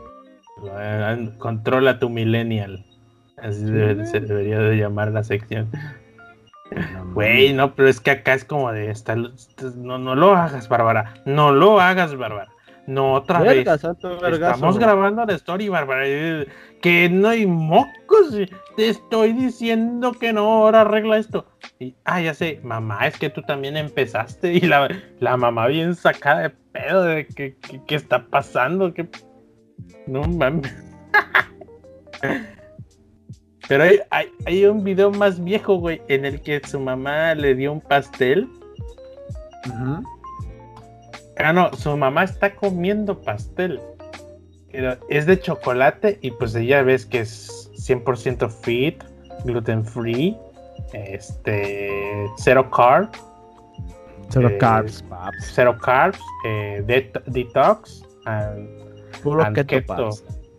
Controla tu millennial. Así se debería de llamar la sección. Güey, no, pero es que acá es como de no lo hagas, Bárbara. No lo hagas, Bárbara. No, otra vez. Estamos grabando la story, Bárbara. Que no hay mocos. Te estoy diciendo que no, ahora arregla esto. Y, ya sé, mamá, es que tú también empezaste. Y la mamá bien sacada de pedo de qué está pasando. No mames. Pero hay un video más viejo, güey, en el que su mamá le dio un pastel. Uh-huh. No, su mamá está comiendo pastel. Pero es de chocolate y pues ella ves que es 100% fit, gluten free, cero carbs. Cero carbs, detox, puro keto.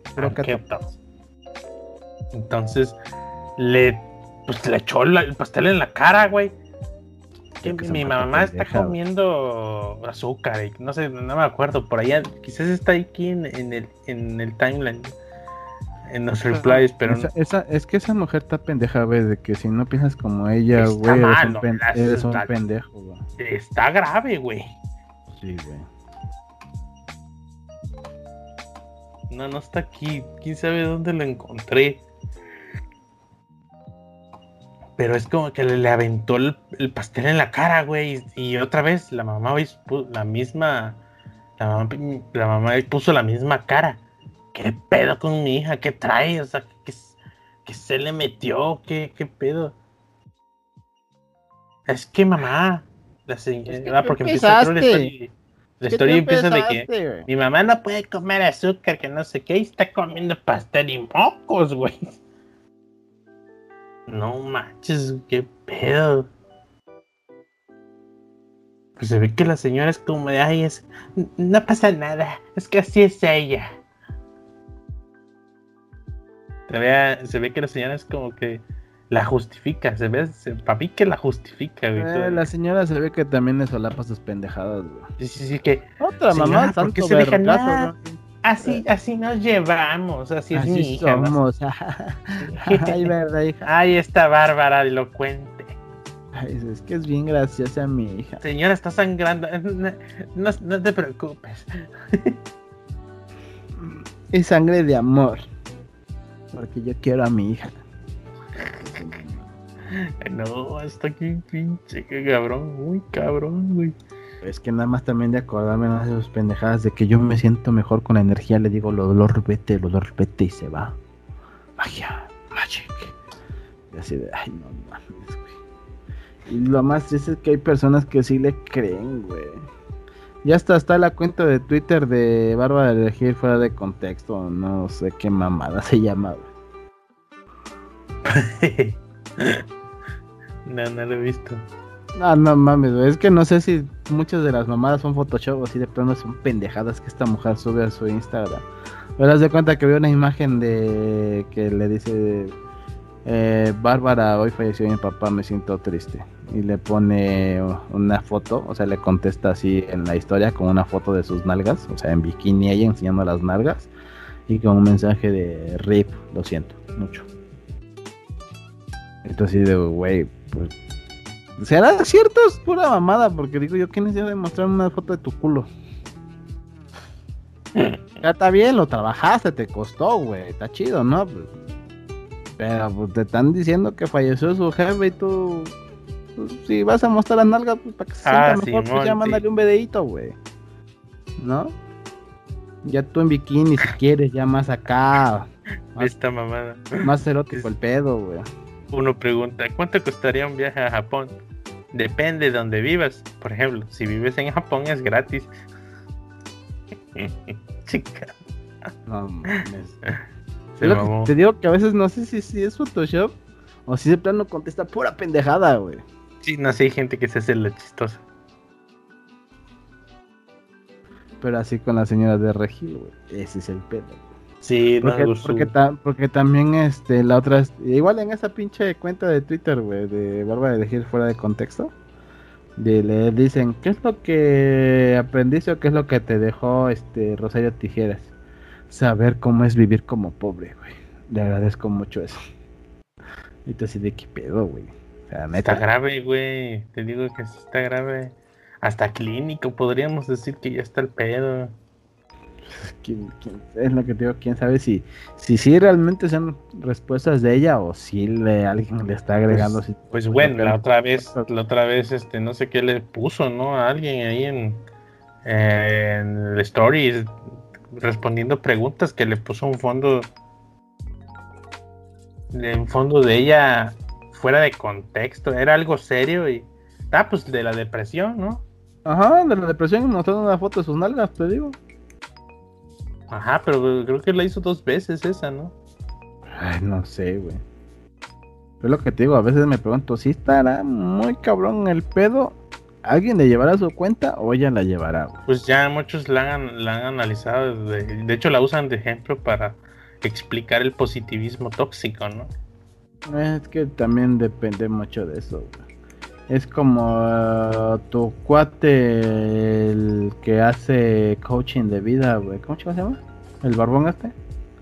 Entonces le echó el pastel en la cara, güey. Mi mamá está comiendo azúcar y no sé, no me acuerdo, por allá, quizás está aquí en el timeline, en los replies, pero es que esa mujer está pendeja, güey, de que si no piensas como ella, güey, eres un pendejo, güey. Está grave, güey. Sí, güey. No está aquí, quién sabe dónde lo encontré. Pero es como que le aventó el pastel en la cara, güey. Y otra vez la mamá puso la misma cara. ¿Qué pedo con mi hija? ¿Qué trae? O sea, ¿qué se le metió? ¿Qué pedo? Es que mamá, porque empieza la historia empieza de que mi mamá no puede comer azúcar, que no sé qué, y está comiendo pastel y mocos, güey. No manches, qué pedo. Pues se ve que la señora es como de, no pasa nada, es que así es ella. Se ve que la señora es como que la justifica, para mí que la justifica, güey. La señora se ve que también le solapa sus pendejadas, güey. Sí, que... Otra mamá, ¿por qué se deja nada? Así nos llevamos, así es mi hija. Somos. Ay, verdad, hija. Ay, esta Bárbara elocuente. Ay, es que es bien graciosa mi hija. Señora, está sangrando. No te preocupes. Es sangre de amor. Porque yo quiero a mi hija. No, hasta aquí pinche cabrón, muy cabrón, güey. Es que nada más también de acordarme de esas pendejadas de que yo me siento mejor con la energía, le digo, lo dolor vete y se va. Magia, magic. Y así de, ay, no mames, güey. Y lo más triste es que hay personas que sí le creen, güey. Ya está la cuenta de Twitter de Bárbara de Regil fuera de contexto, no sé qué mamada se llama, güey. No lo he visto. No mames, güey. Es que no sé si muchas de las mamadas son Photoshop o si de plano son pendejadas que esta mujer sube a su Instagram. Pero haz de cuenta que veo una imagen de que le dice Bárbara, hoy falleció mi papá, me siento triste. Y le pone una foto, o sea, le contesta así en la historia con una foto de sus nalgas, o sea, en bikini ella enseñando las nalgas y con un mensaje de RIP, lo siento mucho. Entonces digo, güey, pues ¿será cierto? Es pura mamada, porque digo yo, ¿qué necesidad de mostrar una foto de tu culo? Ya está bien, lo trabajaste, te costó, güey, está chido, ¿no? Pero pues te están diciendo que falleció su jefe y tú, pues, si vas a mostrar la nalga, pues para que se sienta mejor, pues ya mándale un videíto, güey, ¿no? Ya tú en bikini si quieres, ya más acá. Esta mamada. Más erótico el pedo, güey. Uno pregunta, ¿cuánto costaría un viaje a Japón? Depende de donde vivas. Por ejemplo, si vives en Japón es gratis. Chica. No mames. Te digo que a veces no sé si es Photoshop o si de plano contesta pura pendejada, güey. Sí, no sé, hay gente que se hace la chistosa. Pero así con la señora de Regil, güey. Ese es el pedo, güey. Sí, porque también la otra, igual en esa pinche cuenta de Twitter, güey, de Bárbara de Regil fuera de contexto, le dicen, ¿qué es lo que aprendiste o qué es lo que te dejó Rosario Tijeras? Saber cómo es vivir como pobre, güey. Le agradezco mucho eso. Y tú así de qué pedo, güey. O sea, neta. Está grave, güey. Te digo que sí está grave. Hasta clínico, podríamos decir que ya está el pedo. ¿Quién es lo que te digo? ¿Quién sabe si realmente son respuestas de ella o si alguien le está agregando? Pues bueno, la otra vez, no sé qué le puso, ¿no? A alguien ahí en el stories respondiendo preguntas que le puso un fondo de ella fuera de contexto. Era algo serio y pues de la depresión, ¿no? Ajá, de la depresión, mostrando una foto de sus nalgas, te digo. Ajá, pero creo que la hizo 2 veces esa, ¿no? Ay, no sé, güey. Es lo que te digo, a veces me pregunto, si estará muy cabrón el pedo, ¿alguien le llevará su cuenta o ella la llevará, güey? Pues ya muchos la han analizado, de hecho la usan de ejemplo para explicar el positivismo tóxico, ¿no? Es que también depende mucho de eso, güey. Es como tu cuate, el que hace coaching de vida, güey. ¿Cómo se llama? ¿El barbón este?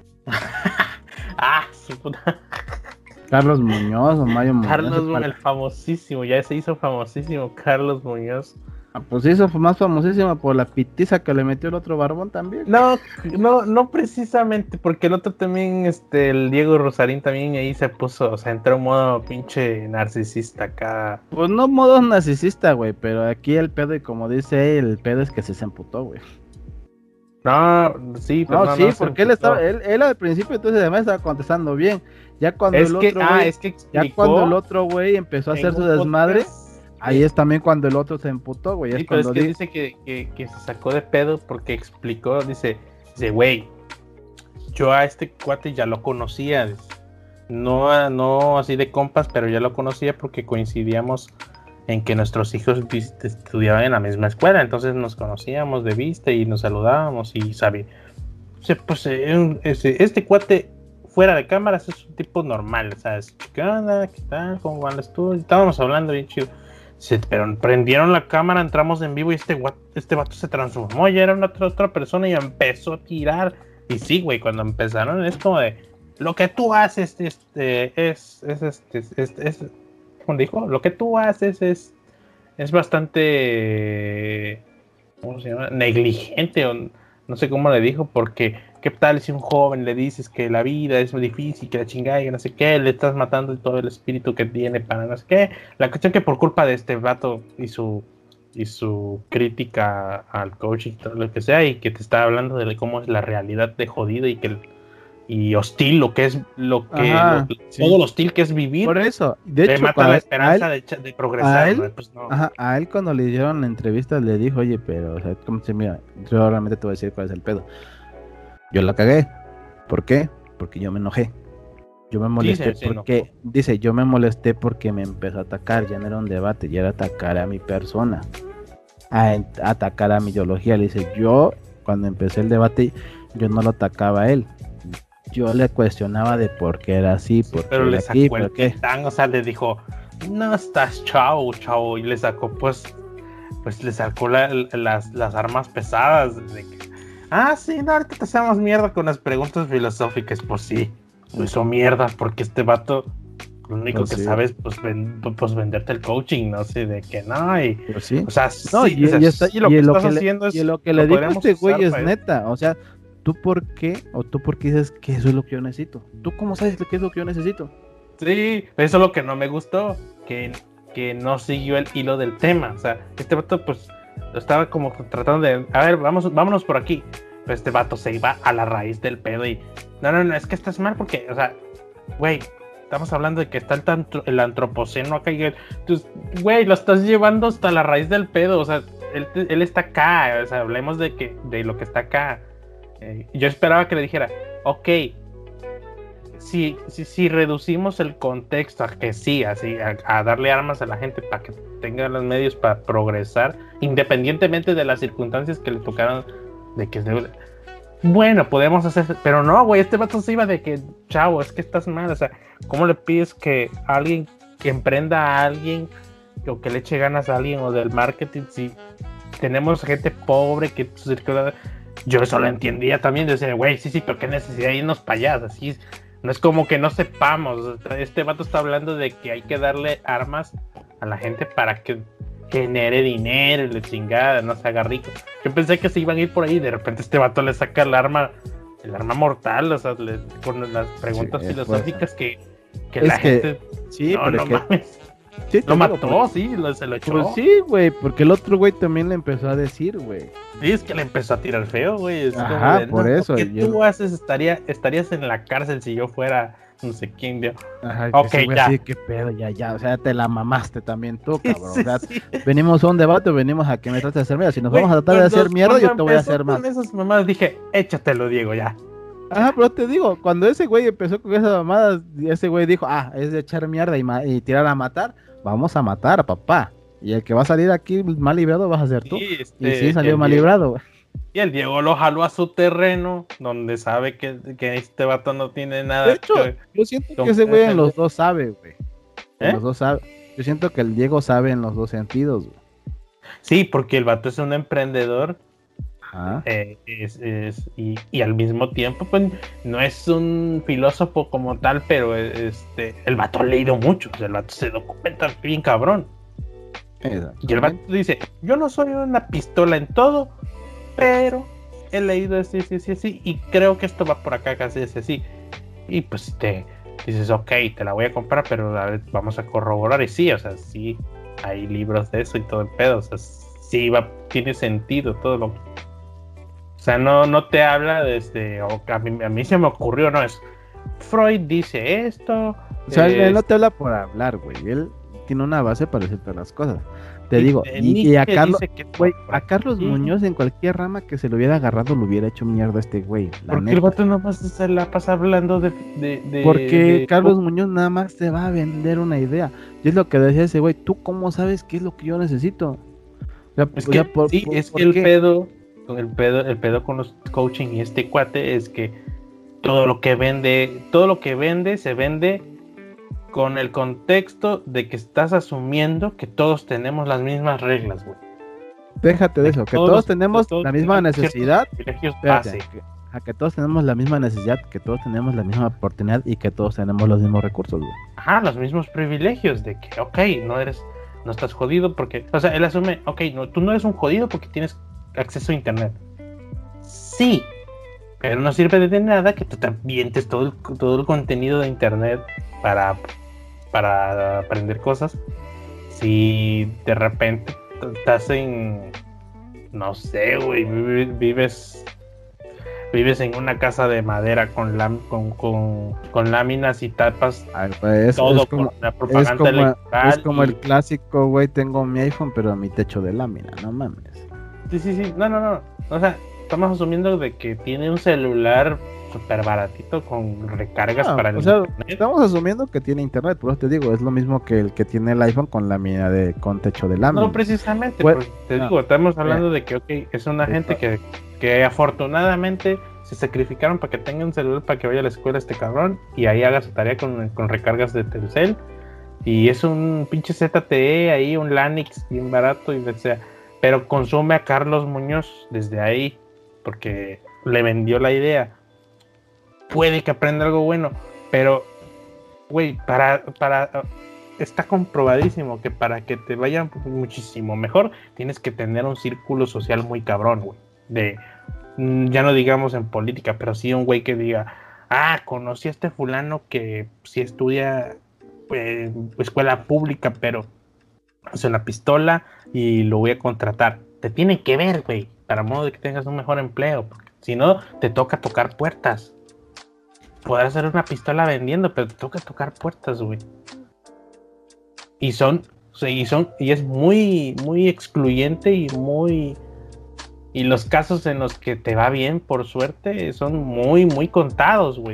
Su puta. Carlos Muñoz o Mario Muñoz. Carlos, el famosísimo, ya se hizo famosísimo Carlos Muñoz. Pues se hizo más famosísimo por la pitiza que le metió el otro barbón también. No precisamente, porque el otro también, el Diego Rosarín también ahí se puso, o sea, entró en modo pinche narcisista acá. Pues no modo narcisista, güey, pero aquí el pedo, y como dice el pedo es que se emputó, güey. No, sí, pero no, sí, porque él al principio entonces además estaba contestando bien. Ya cuando cuando el otro güey empezó a hacer su desmadre, ahí es también cuando el otro se emputó, güey. Sí, pero es que dice que se sacó de pedo porque explicó, dice, güey, yo a este cuate ya lo conocía, no así de compas, pero ya lo conocía porque coincidíamos en que nuestros hijos estudiaban en la misma escuela, entonces nos conocíamos de vista y nos saludábamos y sabía. Pues este cuate fuera de cámaras es un tipo normal, ¿sabes? ¿Qué onda? ¿Qué tal? ¿Cómo van los estudios? Estábamos hablando bien chido. Pero prendieron la cámara, entramos en vivo y este vato se transformó, ya era otra persona y empezó a tirar. Y sí, güey, cuando empezaron es como de lo que tú haces es como dijo, lo que tú haces es bastante, ¿cómo se llama? Negligente, o no sé cómo le dijo, porque ¿qué tal si un joven le dices que la vida es muy difícil, que la chingada y que no sé qué, le estás matando todo el espíritu que tiene para no sé qué? La cuestión que por culpa de este vato y su crítica al coaching y todo lo que sea, y que te está hablando de cómo es la realidad de jodido y hostil, lo que es Sí. todo lo hostil que es vivir. Por eso, de hecho, mata la esperanza de progresar. a él, ¿no? Pues no. a él cuando le hicieron la entrevista le dijo, oye, pero, o sea, ¿cómo se mira? Yo realmente te voy a decir cuál es el pedo. Yo la cagué. ¿Por qué? Porque yo me enojé. Yo me molesté porque, dice, yo me molesté porque me empezó a atacar, ya no era un debate, ya era atacar a mi persona, a atacar a mi ideología. Le dice, yo, cuando empecé el debate, yo no lo atacaba a él. Yo le cuestionaba de por qué era así, pero le sacó el petán, o sea, le dijo, no estás chao, y le sacó, pues le sacó las armas pesadas. De que, sí, no, ahorita te hacemos mierda con las preguntas filosóficas, pues sí, lo hizo mierda, porque este vato, lo único que sabe es, pues venderte el coaching, no sé, de que no, y, pues sí. O sea, no, sí, y lo que estás haciendo es, y lo que le dijo este güey es neta, o sea, ¿tú por qué dices que eso es lo que yo necesito? ¿Tú cómo sabes qué es lo que yo necesito? Sí, eso es lo que no me gustó, que no siguió el hilo del tema. O sea, este vato pues estaba como tratando de, a ver, vámonos por aquí. Pero este vato se iba a la raíz del pedo y, no, es que estás mal porque, o sea, güey, estamos hablando de que está el antropoceno acá y entonces, güey, lo estás llevando hasta la raíz del pedo. O sea, él está acá, o sea, hablemos de lo que está acá. Yo esperaba que le dijera, ok, si reducimos el contexto a que sí, así, a darle armas a la gente para que tenga los medios para progresar, independientemente de las circunstancias que le tocaron, de que bueno, podemos hacer, pero no, güey, este vato se iba de que, chavo, es que estás mal. O sea, ¿cómo le pides que alguien que emprenda a alguien o que le eche ganas a alguien o del marketing si tenemos gente pobre que yo eso lo entendía también, decía, güey, sí, pero qué necesidad de irnos para allá, así, no es como que no sepamos. Este vato está hablando de que hay que darle armas a la gente para que genere dinero y la chingada, no se haga rico. Yo pensé que se iban a ir por ahí y de repente este vato le saca el arma mortal, o sea, con las preguntas filosóficas que la gente... Sí, no mames. Sí, lo mató, sí, se lo echó. Pues sí, güey, porque el otro güey también le empezó a decir, güey. Sí, es que le empezó a tirar feo, güey. Ajá, por eso. ¿Qué tú haces? Estarías en la cárcel si yo fuera no sé quién, Dios. Ajá, okay, ya. Sí, qué pedo, ya. O sea, te la mamaste también tú, cabrón. Sí, o sea, venimos a un debate, venimos a que me trates de hacer mierda. Si nos vamos a tratar de hacer mierda, yo te voy a hacer más. Con esas mamadas dije, échatelo, Diego, ya. Ajá, pero te digo, cuando ese güey empezó con esas mamadas, ese güey dijo, es de echar mierda y tirar a matar. Vamos a matar, papá. Y el que va a salir aquí mal librado vas a ser tú. Y sí, salió mal librado, güey. Y el Diego lo jaló a su terreno, donde sabe que este vato no tiene nada. De hecho, yo siento que ese güey en los dos sabe, güey. En los dos sabe. Yo siento que el Diego sabe en los dos sentidos, güey. Sí, porque el vato es un emprendedor. Y al mismo tiempo, pues, no es un filósofo como tal, pero el vato ha leído mucho, el vato se documenta bien cabrón. Y el vato dice, yo no soy una pistola en todo, pero he leído así, y creo que esto va por acá, casi así. Y pues si te dices, ok, te la voy a comprar, pero a ver, vamos a corroborar. Y sí, o sea, sí, hay libros de eso y todo el pedo, o sea, sí tiene sentido todo lo que... O sea, no te habla desde... a mí se me ocurrió, no es... Freud dice esto... O sea, él no te habla por hablar, güey. Él tiene una base para decirte las cosas. Te digo, y a Carlos... Güey, a Carlos Muñoz en cualquier rama que se lo hubiera agarrado lo hubiera hecho mierda a este güey. Porque el vato nomás se la pasa hablando de porque Carlos Muñoz nada más te va a vender una idea. Y es lo que decía ese güey. ¿Tú cómo sabes qué es lo que yo necesito? O sea, es que el pedo... El pedo con los coaching y este cuate es que todo lo que vende se vende con el contexto de que estás asumiendo que todos tenemos las mismas reglas, güey. Déjate de eso, que todos tenemos la misma necesidad. A que todos tenemos la misma necesidad, que todos tenemos la misma oportunidad y que todos tenemos los mismos recursos, güey. Ajá, los mismos privilegios de que, ok, no estás jodido porque, o sea, él asume, ok, no, tú no eres un jodido porque tienes acceso a internet. Sí, pero no sirve de nada que tú te avientes todo el contenido de internet para aprender cosas. Si de repente estás en, no sé, güey, vives en una casa de madera con láminas y tapas pues, todo con la propaganda electoral. Es como el clásico, güey, tengo mi iPhone, pero mi techo de lámina, no mames. Sí. No. O sea, estamos asumiendo de que tiene un celular súper baratito con recargas para el internet. Estamos asumiendo que tiene internet, por eso te digo, es lo mismo que el que tiene el iPhone con lámina con techo de lámina. No, precisamente, pues, digo, estamos hablando de que, ok, es una gente que afortunadamente se sacrificaron para que tenga un celular para que vaya a la escuela este cabrón y ahí haga su tarea con recargas de Telcel y es un pinche ZTE ahí, un Lanix bien barato y sea, pero consume a Carlos Muñoz desde ahí porque le vendió la idea. Puede que aprenda algo bueno, pero güey, está comprobadísimo que para que te vaya muchísimo mejor tienes que tener un círculo social muy cabrón, güey. Ya no digamos en política, pero sí un güey que diga, conocí a este fulano que sí estudia escuela pública, pero hace una pistola y lo voy a contratar. Te tiene que ver, güey, para modo de que tengas un mejor empleo, porque si no, te toca tocar puertas. Podrás hacer una pistola vendiendo, pero te toca tocar puertas, güey. Y es muy, muy excluyente y los casos en los que te va bien, por suerte, son muy, muy contados, güey.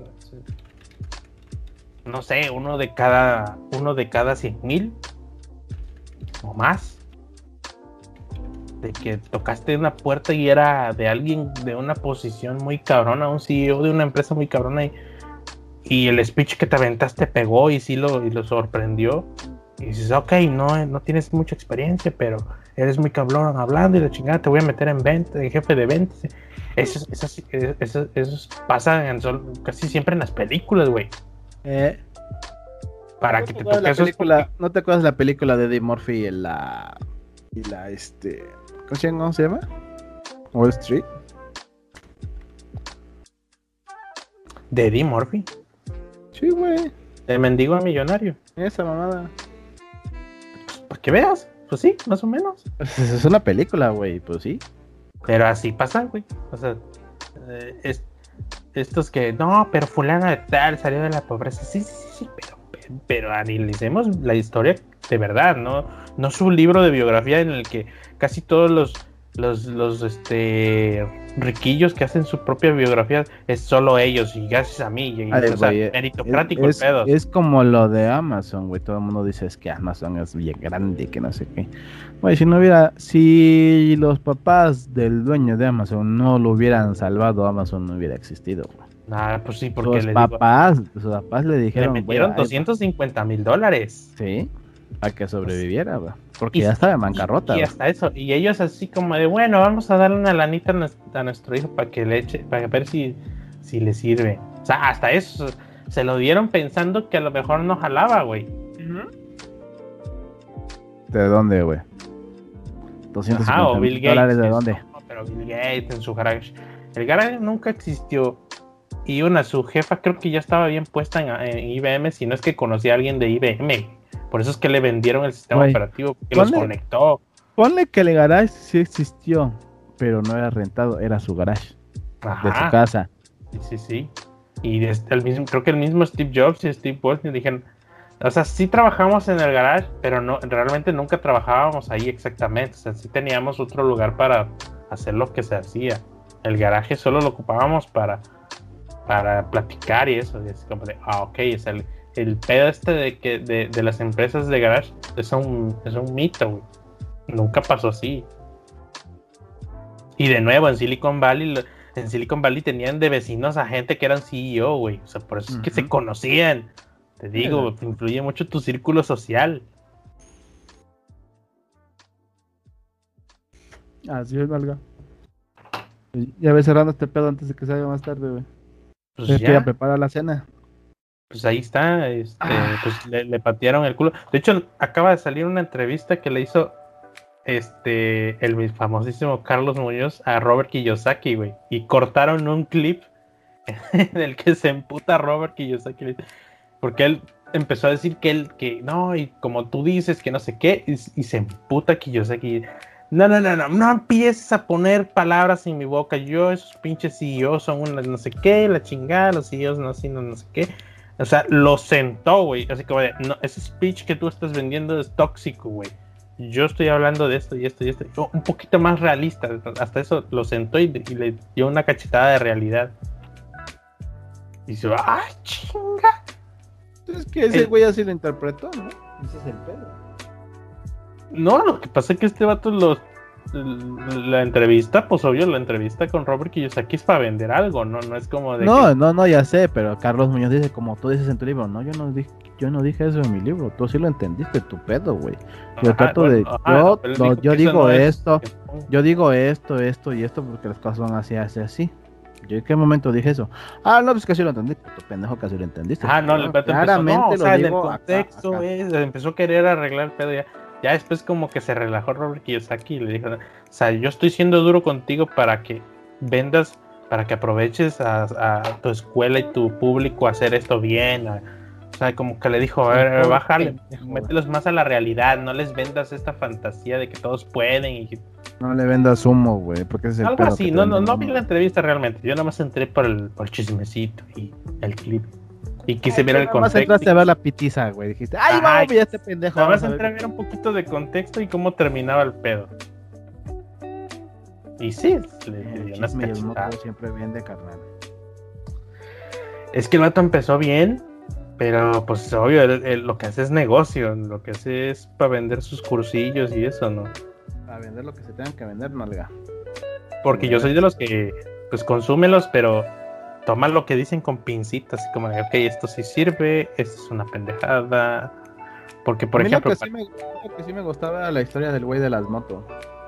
No sé, uno de cada 100,000 o más. De que tocaste una puerta y era de alguien de una posición muy cabrona, un CEO de una empresa muy cabrona y el speech que te aventaste pegó y sí lo sorprendió. Y dices, ok, no tienes mucha experiencia, pero eres muy cabrón hablando y la chingada, te voy a meter en venta, de jefe de ventas. Eso pasa casi siempre en las películas, güey. Para que te toque eso. ¿No te acuerdas de la película de Eddie Murphy y la ¿cómo se llama? Wall Street. ¿De Eddie Murphy? Sí, güey. De mendigo a millonario. Esa mamada. Para que veas, pues sí, más o menos. Es una película, güey, pues sí. Pero así pasa, güey. O sea, estos que, no, pero fulana de tal salió de la pobreza. Sí, pero analicemos la historia de verdad, no su libro de biografía en el que casi todos los riquillos que hacen su propia biografía es solo ellos y gracias a mí meritocrático el pedo. Es como lo de Amazon, güey, todo el mundo dice es que Amazon es bien grande, que no sé qué. Güey, si los papás del dueño de Amazon no lo hubieran salvado, Amazon no hubiera existido, güey. Pues sí, porque sus papás le dijeron, le metieron $250,000. Sí, a que sobreviviera, güey. Porque ya estaba en bancarrota. Y hasta eso, y ellos así como de, bueno, vamos a darle una lanita a nuestro hijo para que le eche, para ver si le sirve. O sea, hasta eso se lo dieron pensando que a lo mejor no jalaba, güey. ¿De dónde, güey? $250,000 ¿de dónde? No, pero Bill Gates en su garage. El garage nunca existió. Y su jefa creo que ya estaba bien puesta en IBM, si no es que conocía a alguien de IBM. Por eso es que le vendieron el sistema operativo, que los conectó. Ponle que el garage sí existió, pero no era rentado, era su garage. Ajá. De su casa. Sí. Y creo que el mismo Steve Jobs y Steve Wozniak dijeron, o sea, sí trabajamos en el garage, pero no, realmente nunca trabajábamos ahí exactamente. O sea, sí teníamos otro lugar para hacer lo que se hacía. El garaje solo lo ocupábamos para platicar y eso. Y así como de, ok, es el pedo de las empresas de garage es un mito, güey. Nunca pasó así. Y de nuevo, en Silicon Valley tenían de vecinos a gente que eran CEO, güey. O sea, por eso es que se conocían. Te digo, influye mucho tu círculo social. Así es, valga. Ya ves cerrando este pedo antes de que salga más tarde, güey. Pues Es que ya ya, prepara la cena. pues ahí está, pues le patearon el culo. De hecho, acaba de salir una entrevista que le hizo el famosísimo Carlos Muñoz a Robert Kiyosaki, güey. Y cortaron un clip en el que se emputa Robert Kiyosaki. Porque él empezó a decir que no, y como tú dices, que no sé qué, y se emputa Kiyosaki. No empieces a poner palabras en mi boca. Esos pinches CEOs son una no sé qué, la chingada, los CEOs no así, no sé qué. O sea, lo sentó, güey. Así que, güey, no, ese speech que tú estás vendiendo es tóxico, güey. Yo estoy hablando de esto y esto y esto. Un poquito más realista. Hasta eso lo sentó y le dio una cachetada de realidad. Y dice, ¡ay, chinga! Es que ese güey así lo interpretó, ¿no? Ese es el pedo. No, lo que pasa es que este vato la entrevista, pues obvio, la entrevista con Robert Kiyosaki es para vender algo, ¿no? No es como de No, ya sé, pero Carlos Muñoz dice, como tú dices en tu libro, no, yo no dije eso en mi libro, tú sí lo entendiste, tu pedo, güey. Yo trato de, yo digo esto, yo digo esto y esto porque las cosas van así. ¿Yo en qué momento dije eso? No, pues casi lo entendí, puto pendejo, casi lo entendiste. Claramente lo digo. En el contexto, acá. Empezó a querer arreglar el pedo ya. Ya después como que se relajó Robert Kiyosaki y le dijo, o sea, yo estoy siendo duro contigo para que vendas, para que aproveches a tu escuela y tu público a hacer esto bien. O sea, como que le dijo, a ver, bájale, mételos más a la realidad, no les vendas esta fantasía de que todos pueden y que... No le vendas humo, güey, porque ese es el algo así, no vi la entrevista realmente, yo nada más entré por el chismecito y el clip. Y quise ver el contexto. Nada más entraste a ver la pitiza, güey. Dijiste, vamos, ya este pendejo. Nada más entré a ver un poquito de contexto y cómo terminaba el pedo. Y sí, le dio unas cachetadas. Siempre bien de carnal. Es que el vato empezó bien, pero pues obvio, lo que hace es negocio. Lo que hace es para vender sus cursillos y eso, ¿no? Para vender lo que se tengan que vender, nalga. Porque yo soy de los que, pues, consúmelos, pero toman lo que dicen con pincitas, como de, ok, esto sí sirve, esto es una pendejada. Porque, por ejemplo... Lo que sí me gustaba la historia del güey de las motos.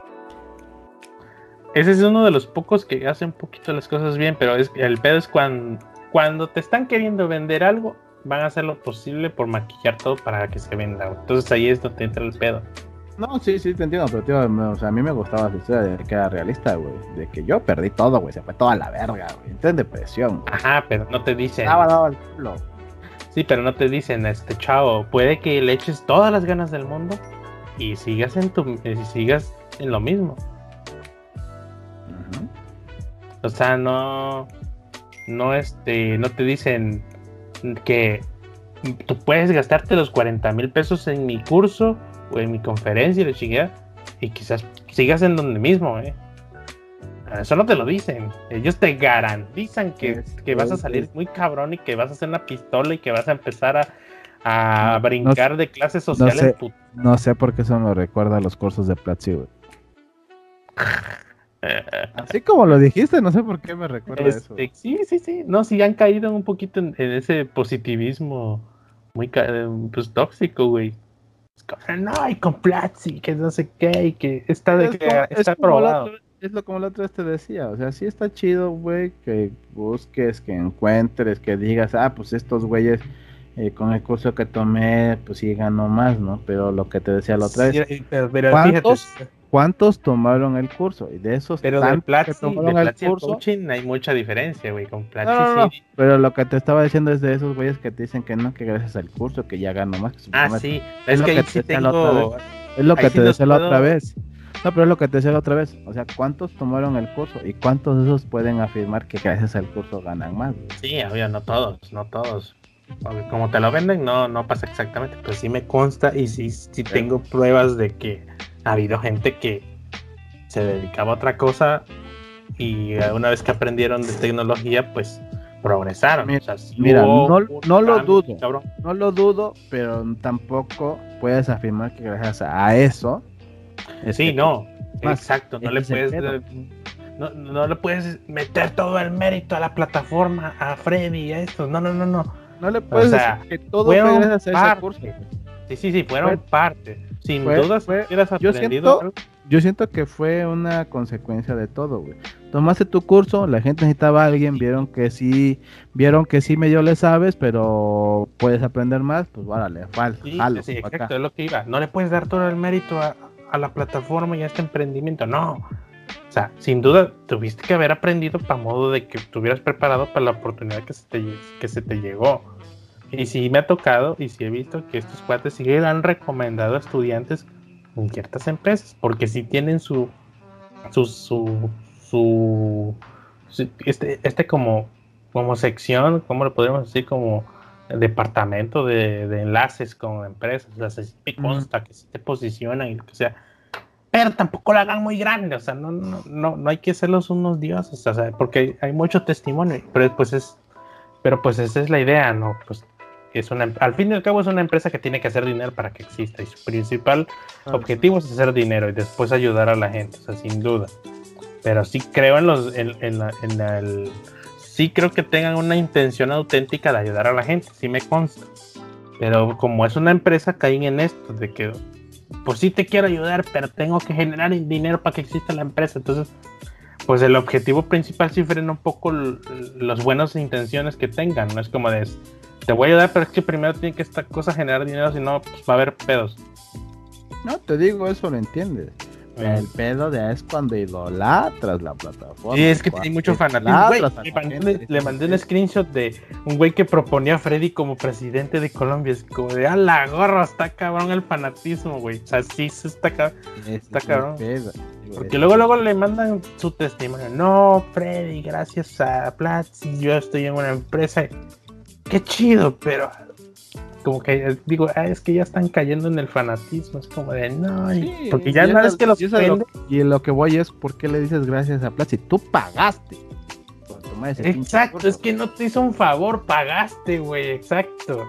Ese es uno de los pocos que hace un poquito las cosas bien, pero el pedo es cuando te están queriendo vender algo, van a hacer lo posible por maquillar todo para que se venda. Entonces ahí es donde entra el pedo. No, sí, te entiendo, pero tío, o sea, a mí me gustaba la historia de que era realista, güey, de que yo perdí todo, güey, se fue toda la verga, güey, entré en depresión, güey. Ajá, pero no te dicen... Daba el culo. Sí, pero no te dicen, chavo, puede que le eches todas las ganas del mundo y sigas en lo mismo. Uh-huh. O sea, no te dicen que tú puedes gastarte los 40,000 pesos en mi curso o en mi conferencia y quizás sigas en donde mismo, Eso no te lo dicen. Ellos te garantizan que vas a salir muy cabrón y que vas a hacer una pistola y que vas a empezar a brincar de clases sociales. No sé por qué eso me recuerda a los cursos de Platzi, güey. Así como lo dijiste, no sé por qué me recuerda eso. Sí. No, sí han caído un poquito en ese positivismo muy pues tóxico, güey. No, y con Platzi, que no sé qué, y que está probado. Como la otra vez te decía, o sea, sí está chido, güey, que busques, que encuentres, que digas, pues estos güeyes con el curso que tomé, pues sí ganó más, ¿no? Pero lo que te decía la otra vez, sí, pero ¿cuántos tomaron el curso? Y de esos pero de Platzi, que tomaron el curso, coaching hay mucha diferencia, güey, con Platzi sí. Pero lo que te estaba diciendo es de esos güeyes que te dicen que no, que gracias al curso, que ya ganó más. Que sí, es lo que sí tengo... Es lo que te decía la otra vez. No, pero es lo que te decía la otra vez. O sea, ¿cuántos tomaron el curso? ¿Y cuántos de esos pueden afirmar que gracias al curso ganan más? Sí, obvio, no todos. Porque como te lo venden, no pasa exactamente. Pero sí me consta y sí tengo pruebas de que ha habido gente que se dedicaba a otra cosa y una vez que aprendieron de tecnología, pues progresaron. Mira, no lo dudo, pero tampoco puedes afirmar que gracias a eso... exacto, no le puedes meter todo el mérito a la plataforma, a Freddy y a esto, no le puedes decir que todo fue gracias a ese curso. Sí, fueron parte. sin dudas hubieras aprendido. Yo siento que fue una consecuencia de todo, güey. Tomaste tu curso, la gente necesitaba a alguien, vieron que sí medio le sabes, pero puedes aprender más, pues órale, jalo. Sí, exacto, es lo que iba. No le puedes dar todo el mérito a la plataforma y a este emprendimiento, no. O sea, sin duda tuviste que haber aprendido para modo de que estuvieras preparado para la oportunidad que se te llegó. Y sí me ha tocado y sí he visto que estos cuates sí le han recomendado a estudiantes en ciertas empresas, porque sí tienen este como sección, ¿cómo lo podríamos decir? Como departamento de enlaces con empresas. O sea, sí me consta que sí te posicionan y lo que sea, pero tampoco la hagan muy grande. O sea, no hay que hacerlos unos dioses, o sea, porque hay mucho testimonio, pero pues esa es la idea, ¿no? Pues al fin y al cabo es una empresa que tiene que hacer dinero para que exista, y su principal objetivo es hacer dinero y después ayudar a la gente, o sea, sin duda. Pero sí creo sí creo que tengan una intención auténtica de ayudar a la gente, sí me consta. Pero como es una empresa, caen en esto de que pues sí te quiero ayudar, pero tengo que generar dinero para que exista la empresa. Entonces, pues el objetivo principal sí frena un poco las buenas intenciones que tengan. No es como de, te voy a ayudar, pero es que primero tiene que esta cosa generar dinero, si no, pues va a haber pedos. No, te digo, eso lo entiendes. El pedo de es cuando idolatras la plataforma. Sí, es que hay mucho fanatismo. Le mandé un screenshot de un güey que proponía a Freddy como presidente de Colombia. Es como de, a la gorra, está cabrón el fanatismo, güey. O sea, sí, está cabrón. Porque luego le mandan su testimonio. No, Freddy, gracias a Platzi, yo estoy en una empresa. Qué chido, pero como que digo, es que ya están cayendo en el fanatismo, es como de no, sí, porque ya nada es que los prende. Y lo que voy es, ¿por qué le dices gracias a Platzi? Tú pagaste por tomar ese exacto, es que no te hizo un favor, pagaste, güey, exacto.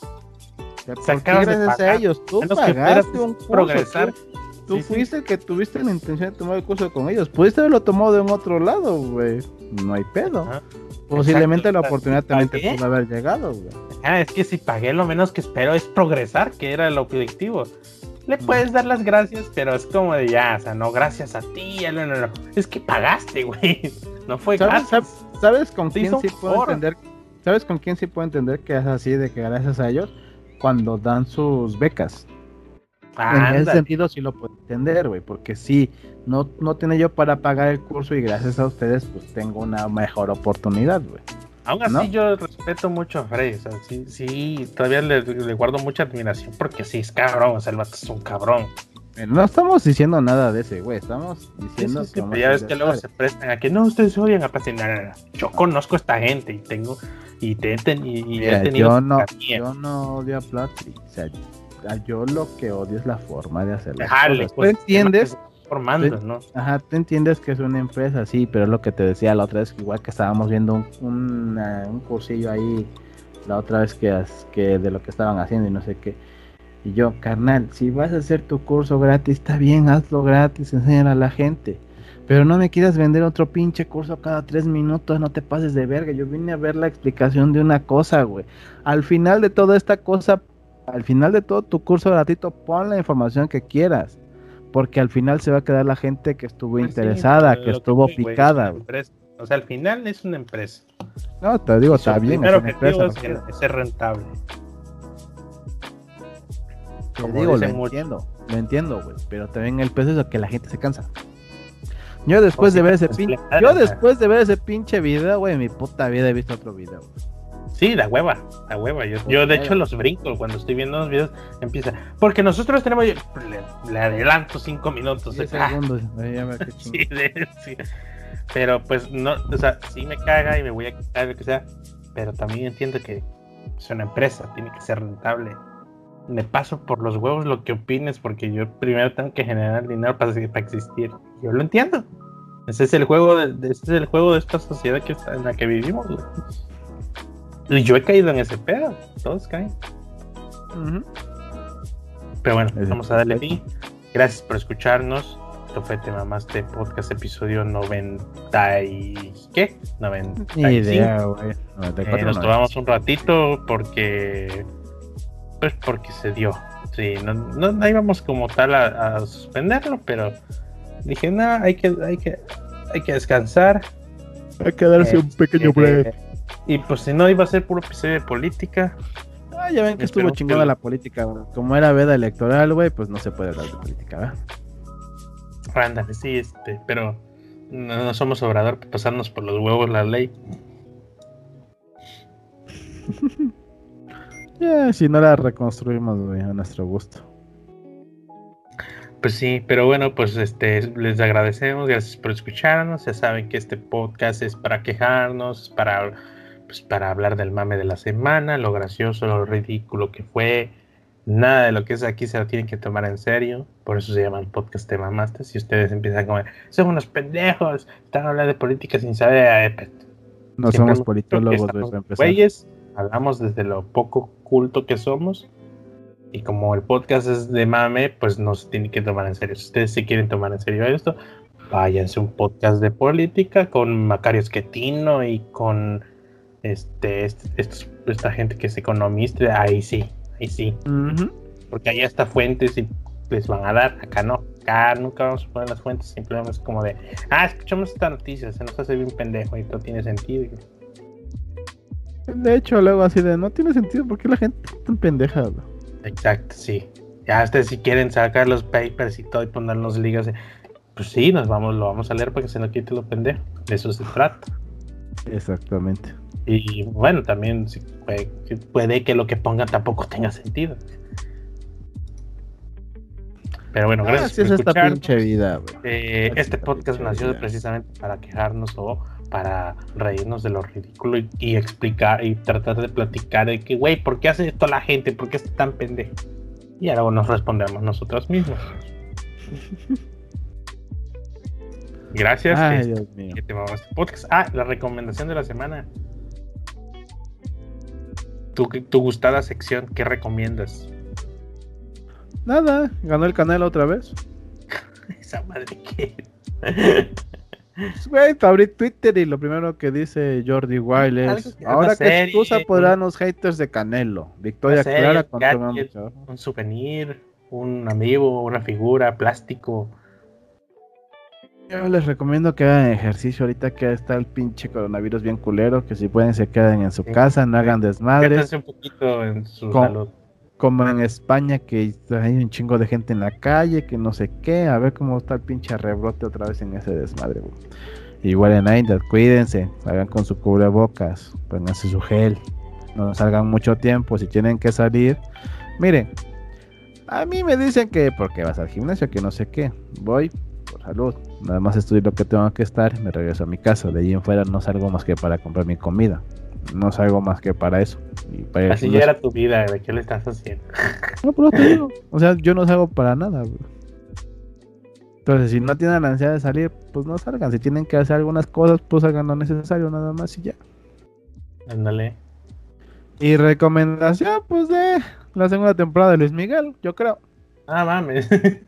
Gracias a ellos, tú pagaste un curso, progresar. Tú fuiste el que tuviste la intención de tomar el curso con ellos, pudiste haberlo tomado de un otro lado, güey, no hay pedo. Ajá. Posiblemente exacto, la oportunidad también te pudo haber llegado, güey. Es que si pagué, lo menos que espero es progresar, que era el objetivo. Le puedes dar las gracias, pero es como de ya, o sea, no gracias a ti, no. Es que pagaste, güey. No fue gracias. ¿Sabes con quién sí puedo entender? ¿Sabes con quién sí puedo entender que es así, de que gracias a ellos? Cuando dan sus becas. En ese sentido sí lo puedo entender, güey, porque sí, no tiene yo para pagar el curso y gracias a ustedes pues tengo una mejor oportunidad, güey. Aún así, ¿no? Yo respeto mucho a Freddy, o sea, sí, todavía le guardo mucha admiración porque sí es cabrón, o sea, el vato es un cabrón. No estamos diciendo nada de ese, güey, estamos diciendo que ya ves que luego se prestan a que no, ustedes odian a Platzi. No. Yo conozco a esta gente y he tenido yo no odio a Platzi, o sea, yo lo que odio es la forma de hacerlo. ¿Tú entiendes? Formando, ¿no? Ajá, tú entiendes que es una empresa, sí, pero es lo que te decía la otra vez, igual que estábamos viendo un cursillo ahí, la otra vez que de lo que estaban haciendo y no sé qué. Y yo, carnal, si vas a hacer tu curso gratis, está bien, hazlo gratis, enséñale a la gente. Pero no me quieras vender otro pinche curso cada 3 minutos, no te pases de verga. Yo vine a ver la explicación de una cosa, güey. Al final de toda esta cosa, al final de todo tu curso gratuito, pon la información que quieras. Porque al final se va a quedar la gente que estuvo interesada, que estuvo picada. O sea, al final es una empresa. No, te digo, está bien. Pero que digo es ser rentable. Te digo, lo entiendo, güey. Pero también el peso es que la gente se cansa. Yo después de ver ese pinche video, güey, en mi puta vida he visto otro video, güey. Sí, la hueva. Yo de hecho los brinco cuando estoy viendo los videos, empieza. Porque nosotros tenemos, le adelanto 5 minutos. 10 segundos. Sí. Pero pues no, o sea, sí me caga y me voy a quitar lo que sea. Pero también entiendo que es una empresa, tiene que ser rentable. Me paso por los huevos lo que opines, porque yo primero tengo que generar dinero para existir. Yo lo entiendo. Ese es el juego de esta sociedad en la que vivimos, güey. Y yo he caído en ese pedo, todos caen. Uh-huh. Pero bueno, vamos a darle fin. Gracias por escucharnos. Esto fue Te Mamaste Podcast, episodio 90 y... ¿qué? 95. Ni idea, güey. Nos tomamos un ratito porque se dio. Sí, no íbamos como tal a suspenderlo, pero dije, no, hay que descansar. Hay que darse un pequeño break. Y pues si no, iba a ser puro episodio de política. Ya ven que estuvo chingona la política, güey. Como era veda electoral, güey, pues no se puede hablar de política, ¿verdad? Ándale, sí, pero no somos Obrador para pasarnos por los huevos la ley. Si no la reconstruimos, güey, a nuestro gusto. Pues sí, pero bueno, pues les agradecemos, gracias por escucharnos. Ya saben que este podcast es para quejarnos, para hablar del mame de la semana, lo gracioso, lo ridículo que fue. Nada de lo que es aquí se lo tienen que tomar en serio. Por eso se llama el podcast Te Mamaste. Si ustedes empiezan como, son unos pendejos, están hablando de política sin saber. No somos politólogos, güeyes, hablamos desde lo poco culto que somos. Y como el podcast es de mame, pues no se tiene que tomar en serio. Si ustedes se quieren tomar en serio esto, váyanse a un podcast de política con Macario Schettino y con esta gente que es economista. Ahí sí. Uh-huh. Porque allá está fuentes y les van a dar. Acá no. Acá nunca vamos a poner las fuentes. Simplemente es como de, escuchamos esta noticia, se nos hace bien pendejo y todo tiene sentido. De hecho, luego así de, no tiene sentido porque la gente es tan pendeja, bro. Exacto, sí. Ya ustedes si quieren sacar los papers y todo y ponernos ligas, pues sí, lo vamos a leer para que se nos quite lo pendejo. De eso se trata. Exactamente. Y bueno, también puede que lo que pongan tampoco tenga sentido. Pero bueno, gracias por escuchar. Esta pinche vida, este podcast nació precisamente para quejarnos o para reírnos de lo ridículo y explicar y tratar de platicar de que, güey, ¿por qué hace esto la gente? ¿Por qué es tan pendejo? Y ahora nos respondemos nosotros mismos. Gracias. Dios mío. Que te vamos a este podcast. La recomendación de la semana. Tu gustada sección, ¿qué recomiendas? Nada, ganó el canal otra vez. Esa madre que... Güey, abrí Twitter y lo primero que dice Jordi Wild es: ahora qué excusa podrán los haters de Canelo. Victoria clara contra un souvenir, un amiibo, una figura, plástico. Yo les recomiendo que hagan ejercicio ahorita que está el pinche coronavirus bien culero, que si pueden se queden en su casa, no hagan desmadres. Un poquito en su salud. Como en España, que hay un chingo de gente en la calle, que no sé qué, a ver cómo está el pinche rebrote otra vez en ese desmadre, güey. Igual en Ainda, cuídense, salgan con su cubrebocas, pónganse su gel, no salgan mucho tiempo, si tienen que salir. Miren, a mí me dicen que porque vas al gimnasio, que no sé qué, voy por salud, nada más estudio lo que tengo que estar, me regreso a mi casa, de ahí en fuera no salgo más que para comprar mi comida. No salgo más que para eso. Y para así ya era tu vida, ¿de qué le estás haciendo? No, pero te digo, o sea, yo no salgo para nada, bro. Entonces, si no tienen la ansiedad de salir, pues no salgan. Si tienen que hacer algunas cosas, pues hagan lo necesario, nada más y ya. Ándale. Y recomendación, pues de la segunda temporada de Luis Miguel, yo creo. Mames. Es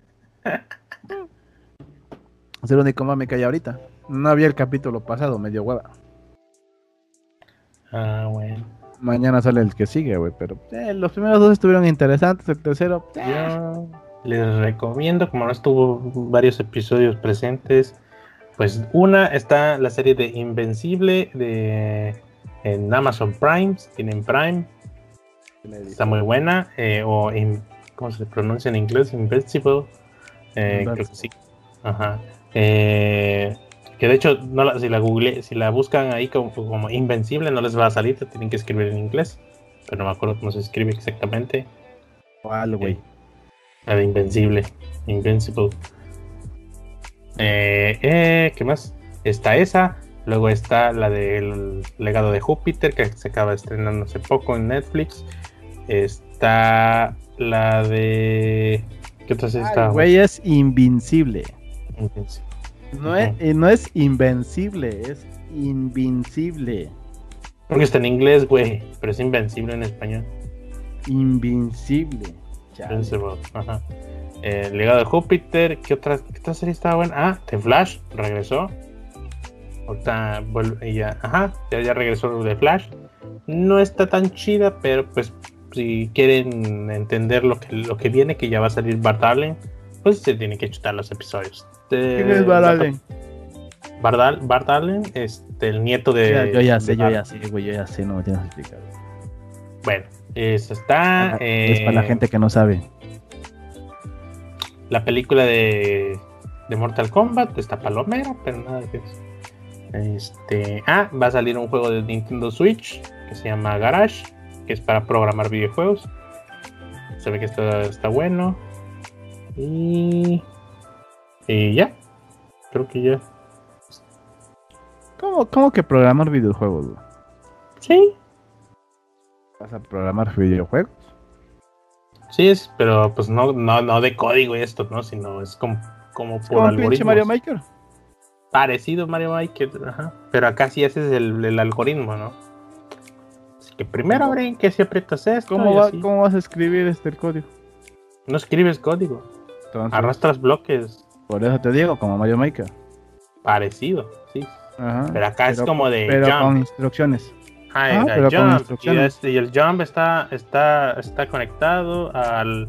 el único mame que hay ahorita. No había el capítulo pasado, medio hueva. Bueno. Mañana sale el que sigue, güey, pero los primeros dos estuvieron interesantes, el tercero... Yo les recomiendo, como no estuvo varios episodios presentes, pues una está la serie de Invencible en Amazon Prime, tienen Prime, está muy buena, ¿cómo se pronuncia en inglés? Invincible, creo que sí. Ajá. Que de hecho, si la buscan ahí como Invencible, no les va a salir, te tienen que escribir en inglés. Pero no me acuerdo cómo se escribe exactamente. ¿Cuál, güey? La de Invencible. Invincible. ¿Qué más? Está esa. Luego está la del Legado de Júpiter, que se acaba estrenando hace poco en Netflix. Está la de... ¿Qué otra serie está? Güey, es Invincible. Invincible. No es invencible, es invincible. Porque está en inglés, güey, pero es invencible en español. Invincible. Invincible. Ajá. Legado de Júpiter. ¿Qué otra serie estaba buena? The Flash regresó. Ahorita vuelve ya. Ajá, ya regresó de Flash. No está tan chida, pero pues si quieren entender lo que viene, que ya va a salir Bart Allen, pues se tienen que chutar los episodios. ¿Quién es Bart Allen? Bart Allen, el nieto de... Yo ya sé, güey, yo ya sé, no me tienes que explicar. Bueno, eso está... es para la gente que no sabe. La película de Mortal Kombat está palomera, pero nada que eso. Va a salir un juego de Nintendo Switch que se llama Garage, que es para programar videojuegos. Se ve que está bueno. Y ya. Creo que ya. ¿Cómo que programar videojuegos, güey? Sí. ¿Vas a programar videojuegos? Sí, pero pues no de código esto, ¿no? Sino es como por algoritmos. Pinche Mario Maker. Parecido a Mario Maker, ajá. Pero acá sí haces el algoritmo, ¿no? Así que primero abren que si aprietas esto. ¿Cómo vas a escribir el código? No escribes código. Entonces, arrastras bloques. Por eso te digo, como Mario Maker. Parecido, sí. Ajá, pero acá es como de pero jump. Con instrucciones. Pero jump, con instrucciones. Y el jump está conectado al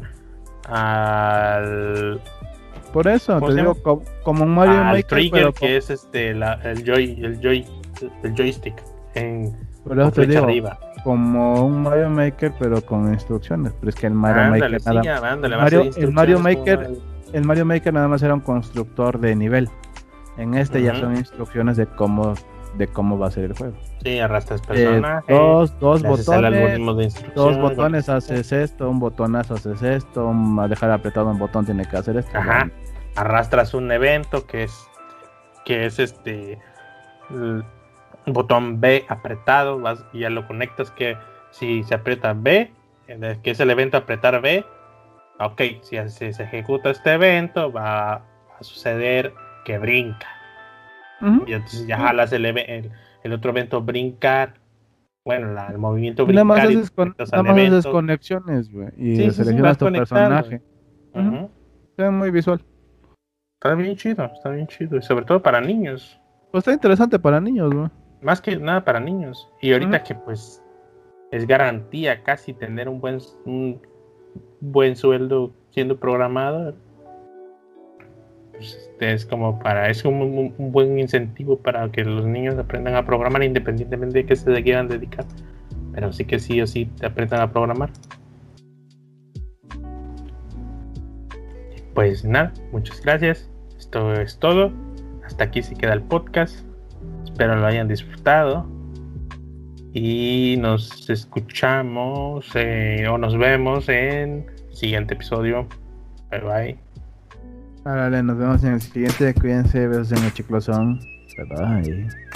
por eso te digo como un Mario Maker, trigger, pero que es el joystick por eso te digo arriba. Como un Mario Maker pero con instrucciones, pero es que el Mario Maker el Mario Maker nada más era un constructor de nivel. En ya son instrucciones de cómo va a ser el juego. Sí, arrastras personajes. Dos botones haces esto, un botonazo haces esto, a dejar apretado un botón tiene que hacer esto. Ajá. Arrastras un evento que es el botón B apretado, y ya lo conectas, que si se aprieta B, que es el evento apretar B, ok, si se ejecuta este evento va a suceder que brinca. Y entonces ya jalas el otro evento brincar. Bueno, el movimiento brincar. Nada más haces conexiones, güey. Y seleccionas tu personaje. Es muy visual. Está bien chido. Y sobre todo para niños. Pues está interesante para niños, güey. Más que nada para niños. Y ahorita que pues es garantía casi tener un buen sueldo siendo programador. Es como un buen incentivo para que los niños aprendan a programar independientemente de que se quieran dedicar, pero sí que sí o sí te aprendan a programar. Pues nada, muchas gracias, esto es todo, hasta aquí se queda el podcast, espero lo hayan disfrutado y nos escuchamos o nos vemos en el siguiente episodio. Bye bye. Nos vemos en el siguiente. Cuídense, besos en el chiclosón. Bye bye.